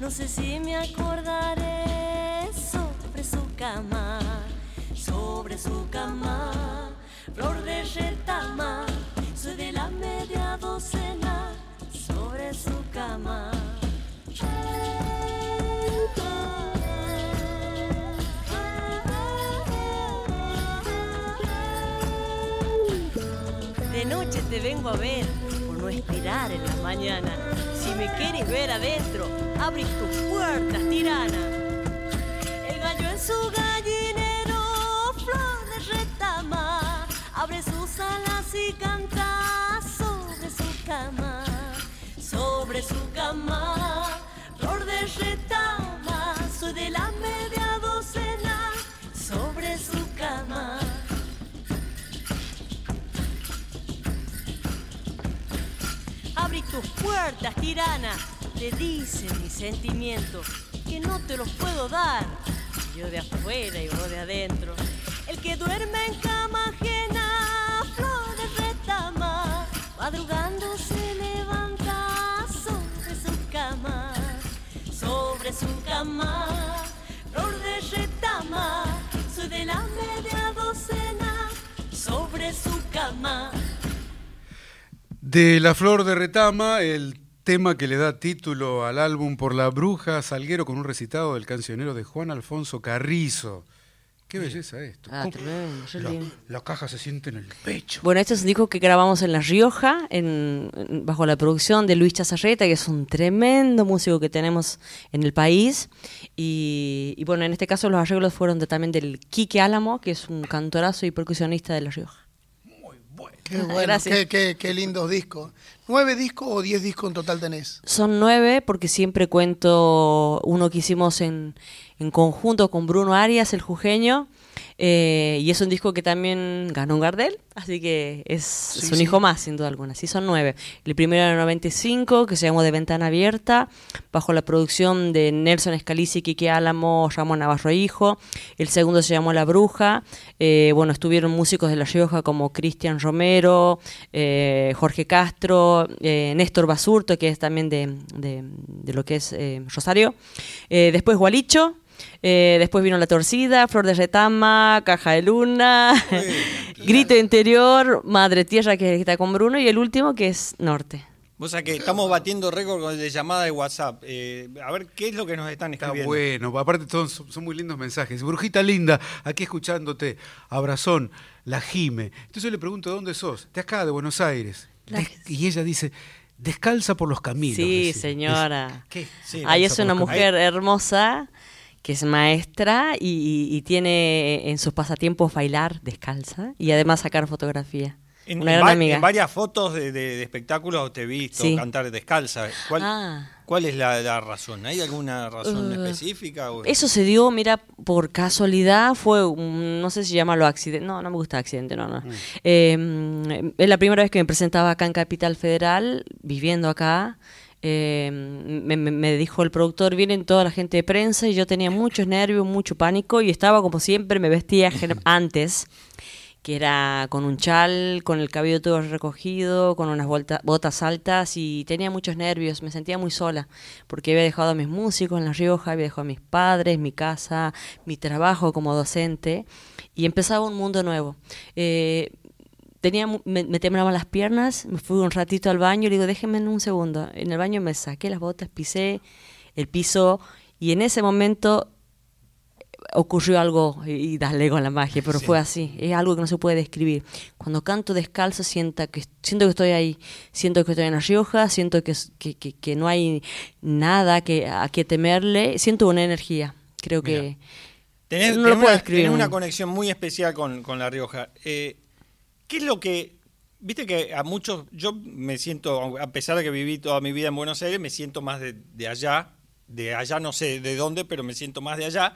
No sé si me acordaré sobre su cama, sobre su cama, flor de retama, soy de la media docena, sobre su cama. De noche te vengo a ver, por no esperar en la mañana. Si me quieres ver adentro, abre tus puertas, tirana. El gallo en su gallinero, flor de retama, abre sus alas y canta sobre su cama, sobre su cama, flor de retama, soy de la media docena, sobre su cama. Abrí tus puertas, tirana, te dicen mis sentimientos, que no te los puedo dar, yo de afuera y vos de adentro. El que duerme en cama ajena, flor de retama, madrugando se levanta sobre su cama, sobre su cama, flor de retama, soy de la media docena, sobre su cama.
De La Flor de Retama, el tema que le da título al álbum Por la Bruja Salguero, con un recitado del cancionero de Juan Alfonso Carrizo. Qué belleza esto.
Ah, tremendo, re
la,
lindo.
la caja se siente en el pecho.
Bueno, esto es un disco que grabamos en La Rioja, en, en- bajo la producción de Luis Chazarreta, que es un tremendo músico que tenemos en el país. Y, y bueno, en este caso los arreglos fueron de- también del Quique Álamo, que es un cantorazo y percusionista de La Rioja.
Qué bueno,
Gracias.
qué, qué, qué lindos discos. ¿Nueve discos o diez discos en total tenés?
Son nueve porque siempre cuento uno que hicimos en, en conjunto con Bruno Arias, el jujeño, eh, y es un disco que también ganó un Gardel, así que es,
Sí,
es un
sí.
hijo más, sin duda alguna. Sí, son nueve. El primero era en el noventa y cinco, que se llamó De Ventana Abierta, bajo la producción de Nelson Scalisi, Quique Álamo, Ramón Navarro Hijo. El segundo se llamó La Bruja. Eh, bueno, estuvieron músicos de La Rioja como Cristian Romero, eh, Jorge Castro, eh, Néstor Basurto, que es también de, de, de lo que es eh, Rosario. Eh, después Gualicho. Eh, después vino La Torcida, Flor de Retama, Caja de Luna, Grito Interior, Madre Tierra, que está con Bruno, y el último que es Norte.
Vos sabés que estamos batiendo récord de llamada de WhatsApp. Eh, a ver qué es lo que nos están
Está
escribiendo.
bueno, aparte todos son, son muy lindos mensajes. Brujita linda, aquí escuchándote, abrazón, la Jime. Entonces yo le pregunto, ¿dónde sos? De acá, de Buenos Aires.
La-
Des- y ella dice, descalza por los caminos.
Sí,
decía.
señora.
¿Qué?
Sí,
Ahí
danza
es
por
una
los
mujer hermosa que es maestra y, y- y tiene en sus pasatiempos bailar descalza y además sacar fotografía.
En,
Una
en
gran
va-
amiga.
en varias fotos de, de- de espectáculos te he visto
Sí.
cantar descalza. ¿Cuál,
Ah.
cuál es la, la razón? ¿Hay alguna razón
Uh,
específica? O-
Eso se dio, mira, por casualidad, fue, un- no sé si llamarlo accidente, no, no me gusta accidente, no, no. Eh, mm, es la primera vez que me presentaba acá en Capital Federal, viviendo acá. Eh, me, me- me dijo el productor, vienen toda la gente de prensa y yo tenía muchos nervios, mucho pánico y estaba como siempre, me vestía gen- antes, que era con un chal, con el cabello todo recogido, con unas volta- botas altas y tenía muchos nervios, me sentía muy sola, porque había dejado a mis músicos en La Rioja, había dejado a mis padres, mi casa, mi trabajo como docente y empezaba un mundo nuevo. Eh, tenía mu- me, me temblaban las piernas, me fui un ratito al baño y le digo, déjenme en un segundo. En el baño me saqué las botas, pisé el piso y en ese momento ocurrió algo y, y dale con la magia, pero
Sí.
fue así, es algo que no se puede describir. Cuando canto descalzo sienta que, siento que estoy ahí, siento que estoy en La Rioja, siento que, es- que, que, que no hay nada que, a que temerle, siento una energía, creo
Mira.
que
Tenés,
no lo
tenés
puedo
una,
describir
tenés
muy
una
bien.
conexión muy especial con, con La Rioja. Eh, ¿Qué es lo que... Viste que a muchos, yo me siento, a pesar de que viví toda mi vida en Buenos Aires, me siento más de, de allá, de allá no sé de dónde, pero me siento más de allá.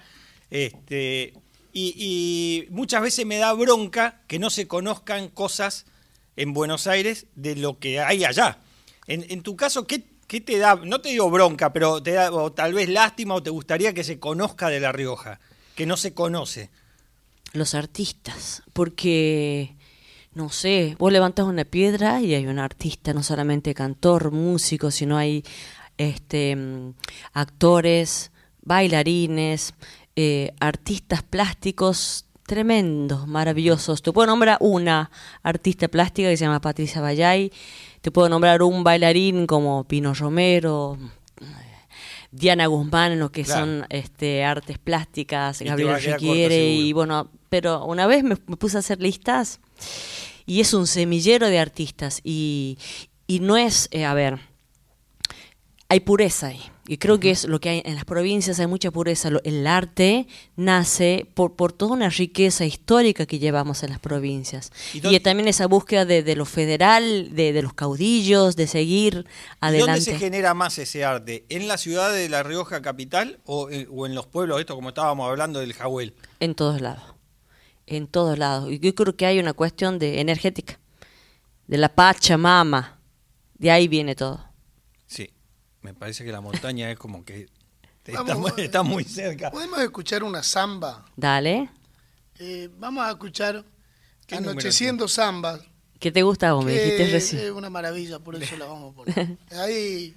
Este, y, y muchas veces me da bronca que no se conozcan cosas en Buenos Aires de lo que hay allá. En, en tu caso, ¿qué, qué te da? No te digo bronca, pero te da o tal vez lástima o te gustaría que se conozca de La Rioja, que no se conoce.
los artistas, porque, no sé, vos levantás una piedra y hay un artista, no solamente cantor, músico, sino hay este, mm, actores, bailarines, eh, artistas plásticos tremendos, maravillosos. Te puedo nombrar una artista plástica que se llama Patricia Bayay, te puedo nombrar un bailarín como Pino Romero, Diana Guzmán, en lo que
Claro.
son este, artes plásticas,
Y te
Gabriel
va a quedar corto,
Requiere,
seguro.
y bueno, pero una vez me, me puse a hacer listas y es un semillero de artistas y, y no es, eh, a ver, hay pureza ahí. Y creo que es lo que hay en las provincias, hay mucha pureza. Lo- El arte nace por, por toda una riqueza histórica que llevamos en las provincias.
¿Y
Y,
dónde-
también esa búsqueda de, de lo federal, de, de los caudillos, de seguir
¿Y
adelante.
dónde se genera más ese arte? ¿En la ciudad de La Rioja capital o, en- o en los pueblos, esto como estábamos hablando del Jahuel?
En todos lados. En todos lados. Y yo creo que hay una cuestión de energética, de la Pachamama. De ahí viene todo.
Sí, me parece que la montaña es como que está,
Vamos,
muy- está muy cerca.
¿Podemos escuchar una samba?
Dale.
Eh, vamos a escuchar
¿Qué número
Anocheciendo Samba.
¿Qué te gusta vos? Me
que
dijiste
es
recién.
una maravilla, por eso la vamos a poner. Ahí.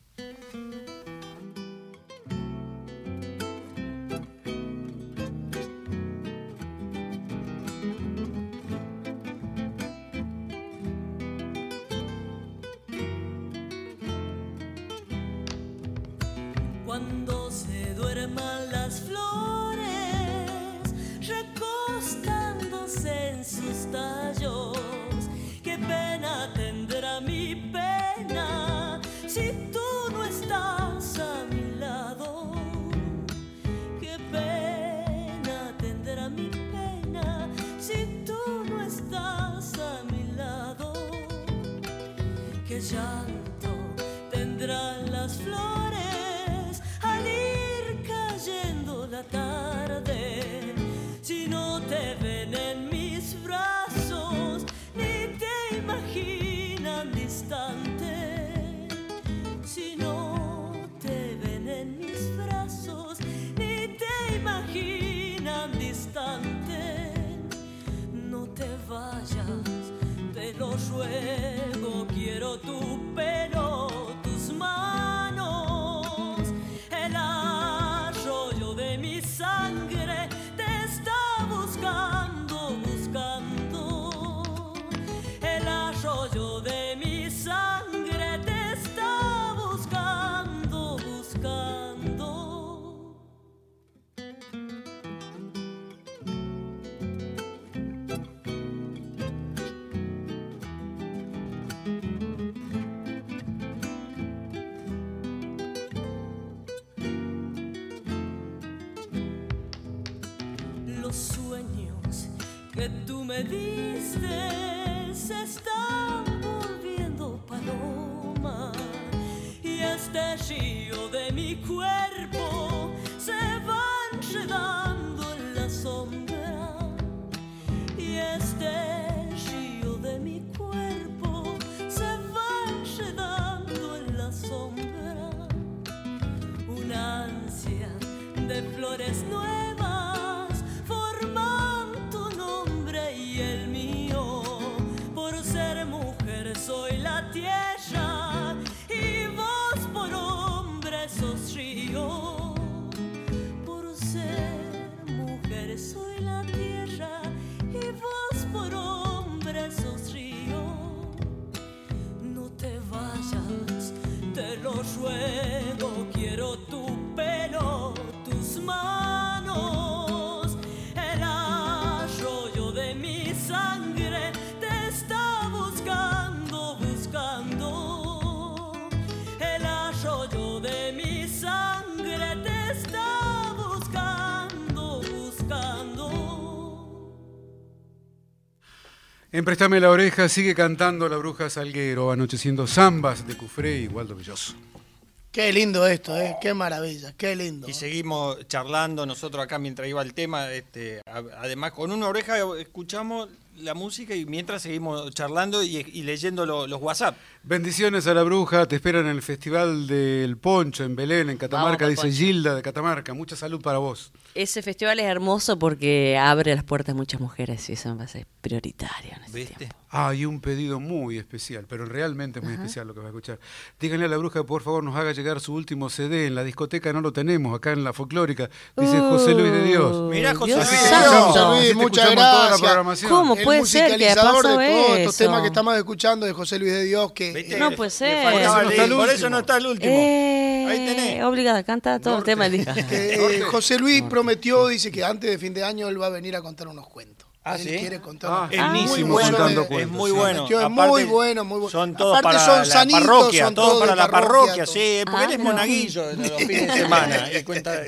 Cuando se duerman las flores, recostándose en sus tallos, qué pena tendrá mi pena si tú no estás a mi lado. Qué pena tendrá mi pena si tú no estás a mi lado. Qué llanto tendrán las flores al ir cayendo la tarde, si no te ven en mis brazos, ni te imaginan distante. Si no te ven en mis brazos, ni te imaginan distante. No te vayas, te lo ruego, quiero tu pelo, tus manos, el arroyo de mi sangre te está buscando, buscando. El arroyo de mi sangre te está buscando, buscando. Los sueños que tú me diste se están volviendo paloma, y este río de mi cuerpo se va enredando en la sombra, y este río de mi cuerpo se va enredando en la sombra. Una ansia de flores nuevas forman tu nombre y el mío. Por ser mujer soy la tierra y vos por hombre sos río. Por ser mujer soy la tierra y vos por hombre sos río. No te vayas, te lo ruego, quiero tu pelo, tus manos, el arroyo de mi sangre te está buscando, buscando. El arroyo de mi sangre te está buscando, buscando.
En Préstame la Oreja sigue cantando la Bruja Salguero, Anocheciendo Zambas de Cufré y Waldo Villoso.
Qué lindo esto, ¿eh? Qué maravilla, qué lindo.
Y seguimos charlando nosotros acá mientras iba el tema. Este, a- además, con una oreja escuchamos la música y mientras seguimos charlando y, y leyendo lo- los WhatsApp.
Bendiciones a la Bruja, te esperan en el Festival del Poncho en Belén, en Catamarca,
Vamos,
dice
Poncho.
Gilda de Catamarca. Mucha salud para vos.
Ese festival es hermoso porque abre las puertas a muchas mujeres y eso me parece prioritario en ese
¿Viste?
tiempo.
Ah, y un pedido muy especial, pero realmente muy
Ajá.
especial lo que va a escuchar. Díganle a la bruja que por favor nos haga llegar su último C D. En la discoteca no lo tenemos, acá en la folclórica. Dice José Luis de Dios.
Mirá, José
Dios
Luis.
santo.
José Luis,
Así te
muchas
escuchamos toda la
gracias.
programación.
¿Cómo
El
puede ser que
musicalizador
pasó
de todos estos
eso?
temas que estamos escuchando de José Luis de Dios, que
¿Viste?
eh,
No puede ser.
Le faltaba
Por eso no
el-
está el
por eso
último.
no está el último.
Eh,
Ahí tenés.
Obligada, canta todo el tema y diga.
que, eh, José Luis prometió, dice que antes de fin de año él va a venir a contar unos cuentos.
Ah,
Él
¿sí?
quiere contar
Ah,
unos
Es
Ah,
muy
buenísimo
bueno,
contando
es
cuentos,
muy
sí.
bueno.
Es
Aparte,
muy bueno, muy bueno.
Son todos
Aparte
para
son
la
sanitos,
parroquia,
son
todos
todos
para
de
la
parroquia,
parroquia,
todos.
sí, porque
Ah,
él es
mira.
monaguillo de los fines de semana y cuenta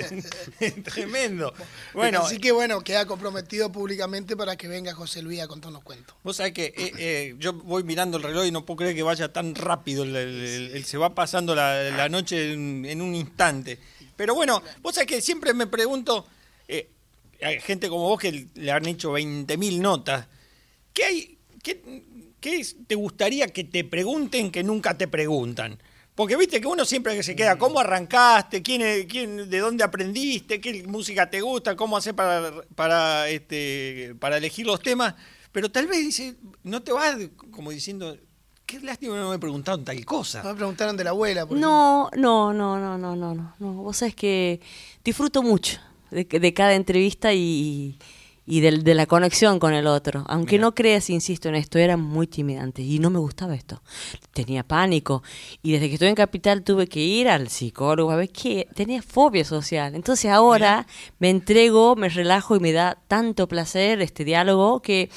tremendo. Bueno,
Así que bueno, queda comprometido públicamente para que venga José Luis a contar unos cuentos.
vos sabés que eh, eh, yo voy mirando el reloj y no puedo creer que vaya tan rápido, el, el- el- el- se va pasando la, la noche en, en un instante. Pero bueno, vos sabés que siempre me pregunto, eh, hay gente como vos que le han hecho veinte mil notas, ¿qué hay, qué, qué te gustaría que te pregunten que nunca te preguntan? Porque viste que uno siempre que se queda, ¿cómo arrancaste? ¿Quién, es- quién, ¿De dónde aprendiste? ¿Qué música te gusta? ¿Cómo hacer para, para, este, para elegir los temas? Pero tal vez dice, no te vas como diciendo, qué lástima que no me preguntaron tal cosa.
Me preguntaron de la abuela. Por
No, no, no, no, no, no, no, no. Vos sabés que disfruto mucho de, de cada entrevista y, y del- de, la conexión con el otro. Aunque
Mira.
no creas, insisto en esto, era muy tímida antes y no me gustaba esto. Tenía pánico y desde que estoy en Capital tuve que ir al psicólogo a ver qué, tenía fobia social. Entonces ahora me entrego, me relajo y me da tanto placer este diálogo que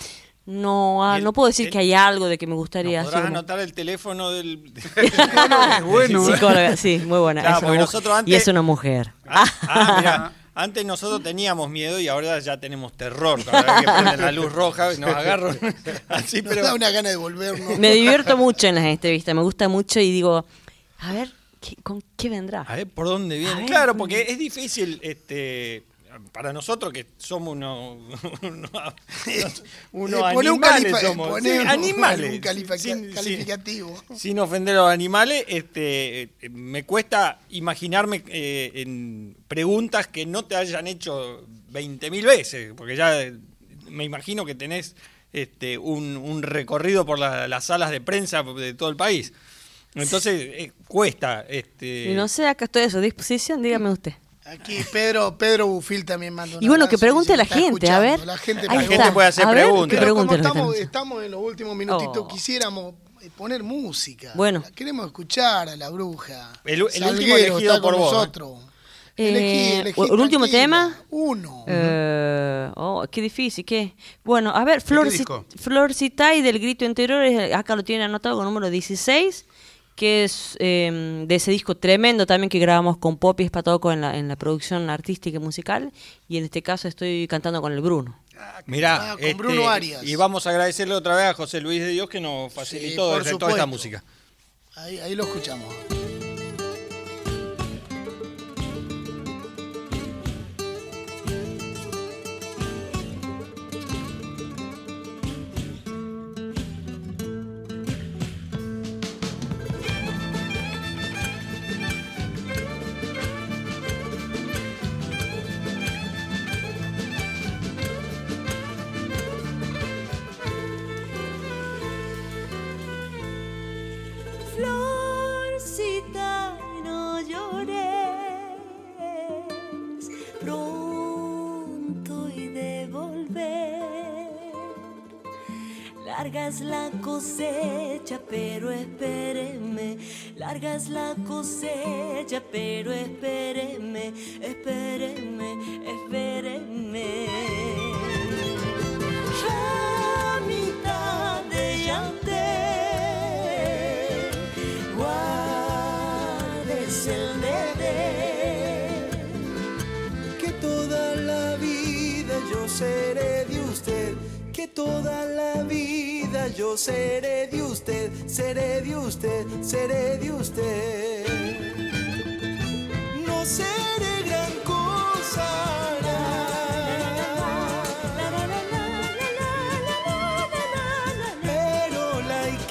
no, ah,
Y el-
no puedo decir
el-
que hay algo de que me
¿Nos
gustaría
podrás
así como-
anotar el teléfono del...?
Es bueno, ¿eh?
Psicóloga, sí, muy buena.
Claro,
Es una
porque
mu-
nosotros antes-
Y es una mujer.
Ah, ah, mirá, antes nosotros teníamos miedo y ahora ya tenemos terror. Cada vez que prenden la luz roja y nos agarran así,
Nos
pero...
da una gana de volvernos.
Me divierto mucho en las entrevistas, me gusta mucho y digo, a ver, ¿qué, ¿con qué vendrá?
A ver por dónde
A
viene.
ver.
Claro, porque es difícil, este, para nosotros que somos unos, unos, unos
Eh, poné un
animales,
califa-
somos.
poné
Sí,
un-
animales.
un califa-
Sin- sin-
calificativo.
Sin ofender a los animales, este, eh, me cuesta imaginarme eh, en preguntas que no te hayan hecho veinte mil veces, porque ya eh, me imagino que tenés este, un, un recorrido por la- las salas de prensa de todo el país. Entonces, eh, cuesta. Este,
Y no sé, acá estoy a su disposición, dígame usted.
Aquí Pedro, Pedro Bufil también manda un
Y bueno, que
abrazo,
pregunte
dice
la
está
gente, a ver.
escuchando. La gente,
Ahí
La
pregunta.
gente puede hacer
a ver,
preguntas.
que
Pero como
pregunte lo que
estamos,
están-
estamos en los últimos minutitos,
Oh.
quisiéramos eh, poner música.
Bueno.
La queremos escuchar a la bruja.
El- el último
Salguero
elegido
está con
por vos, ¿eh?
nosotros.
Eh,
Elegí, elegí,
¿el último
tranquila.
tema?
Uno.
Eh, oh, qué difícil, ¿qué? Bueno, a ver, Flor,
qué disco?
Flor Citay del Grito Interior, es- acá lo tienen anotado con número dieciséis, que es eh, de ese disco tremendo también que grabamos con Poppy Espatoco en la, en la producción artística y musical, y en este caso estoy cantando con el Bruno.
Mirá,
Ah, con Bruno Arias.
y vamos a agradecerle otra vez a José Luis de Dios que nos facilitó
por
desde toda esta
supuesto.
música.
Ahí, ahí lo escuchamos.
Florcita, no llores, pronto y de volver. Larga es la cosecha, pero espéreme. Larga es la cosecha, pero espéreme, espéreme, espéreme. Ramita de llante, guardes el bebé.
Que toda la vida yo seré de usted, que toda la vida yo seré de usted, seré de usted, seré de usted. No seré gran cosa, pero la hay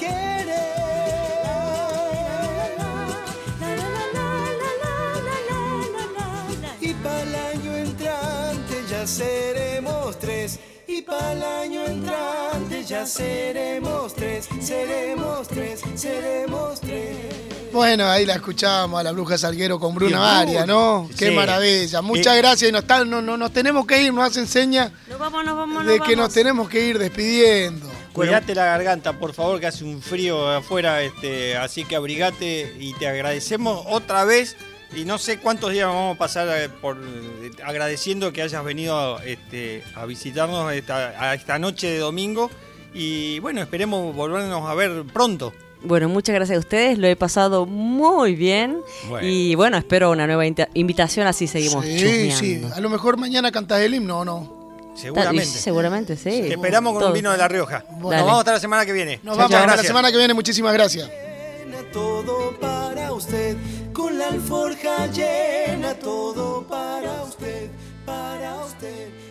querer. Y pa'l año entrante ya seremos tres, y pa'l año entrante ya ya seremos tres, seremos tres, seremos tres.
Bueno, ahí la escuchábamos a la Bruja Salguero con Bruna Maria, ¿no?
Sí.
Qué maravilla. Muchas
Eh.
gracias. Y nos, está- no, no- nos tenemos que ir, nos hacen señas
Nos vamos, nos vamos,
de
nos
que nos
vamos.
tenemos que ir despidiendo.
Cuidate la garganta, por favor, que hace un frío afuera, este, así que abrigate y te agradecemos otra vez. Y no sé cuántos días vamos a pasar eh, por eh, agradeciendo que hayas venido este, a visitarnos esta, a esta noche de domingo. Y bueno, esperemos volvernos a ver pronto.
Bueno, muchas gracias a ustedes, lo he pasado muy bien.
Bueno.
Y bueno, espero una nueva inta- invitación, así seguimos
Sí,
chusmeando.
sí. A lo mejor mañana cantás el himno o no.
Seguramente.
Y seguramente, sí.
Te esperamos con
Todo.
un vino de La Rioja.
Bueno.
Nos
Dale.
vamos hasta la semana que viene.
Nos
Chao,
vamos
chao,
hasta la
gracias.
semana que viene. Muchísimas gracias.
Todo para usted, con la alforja llena, todo para usted, para usted.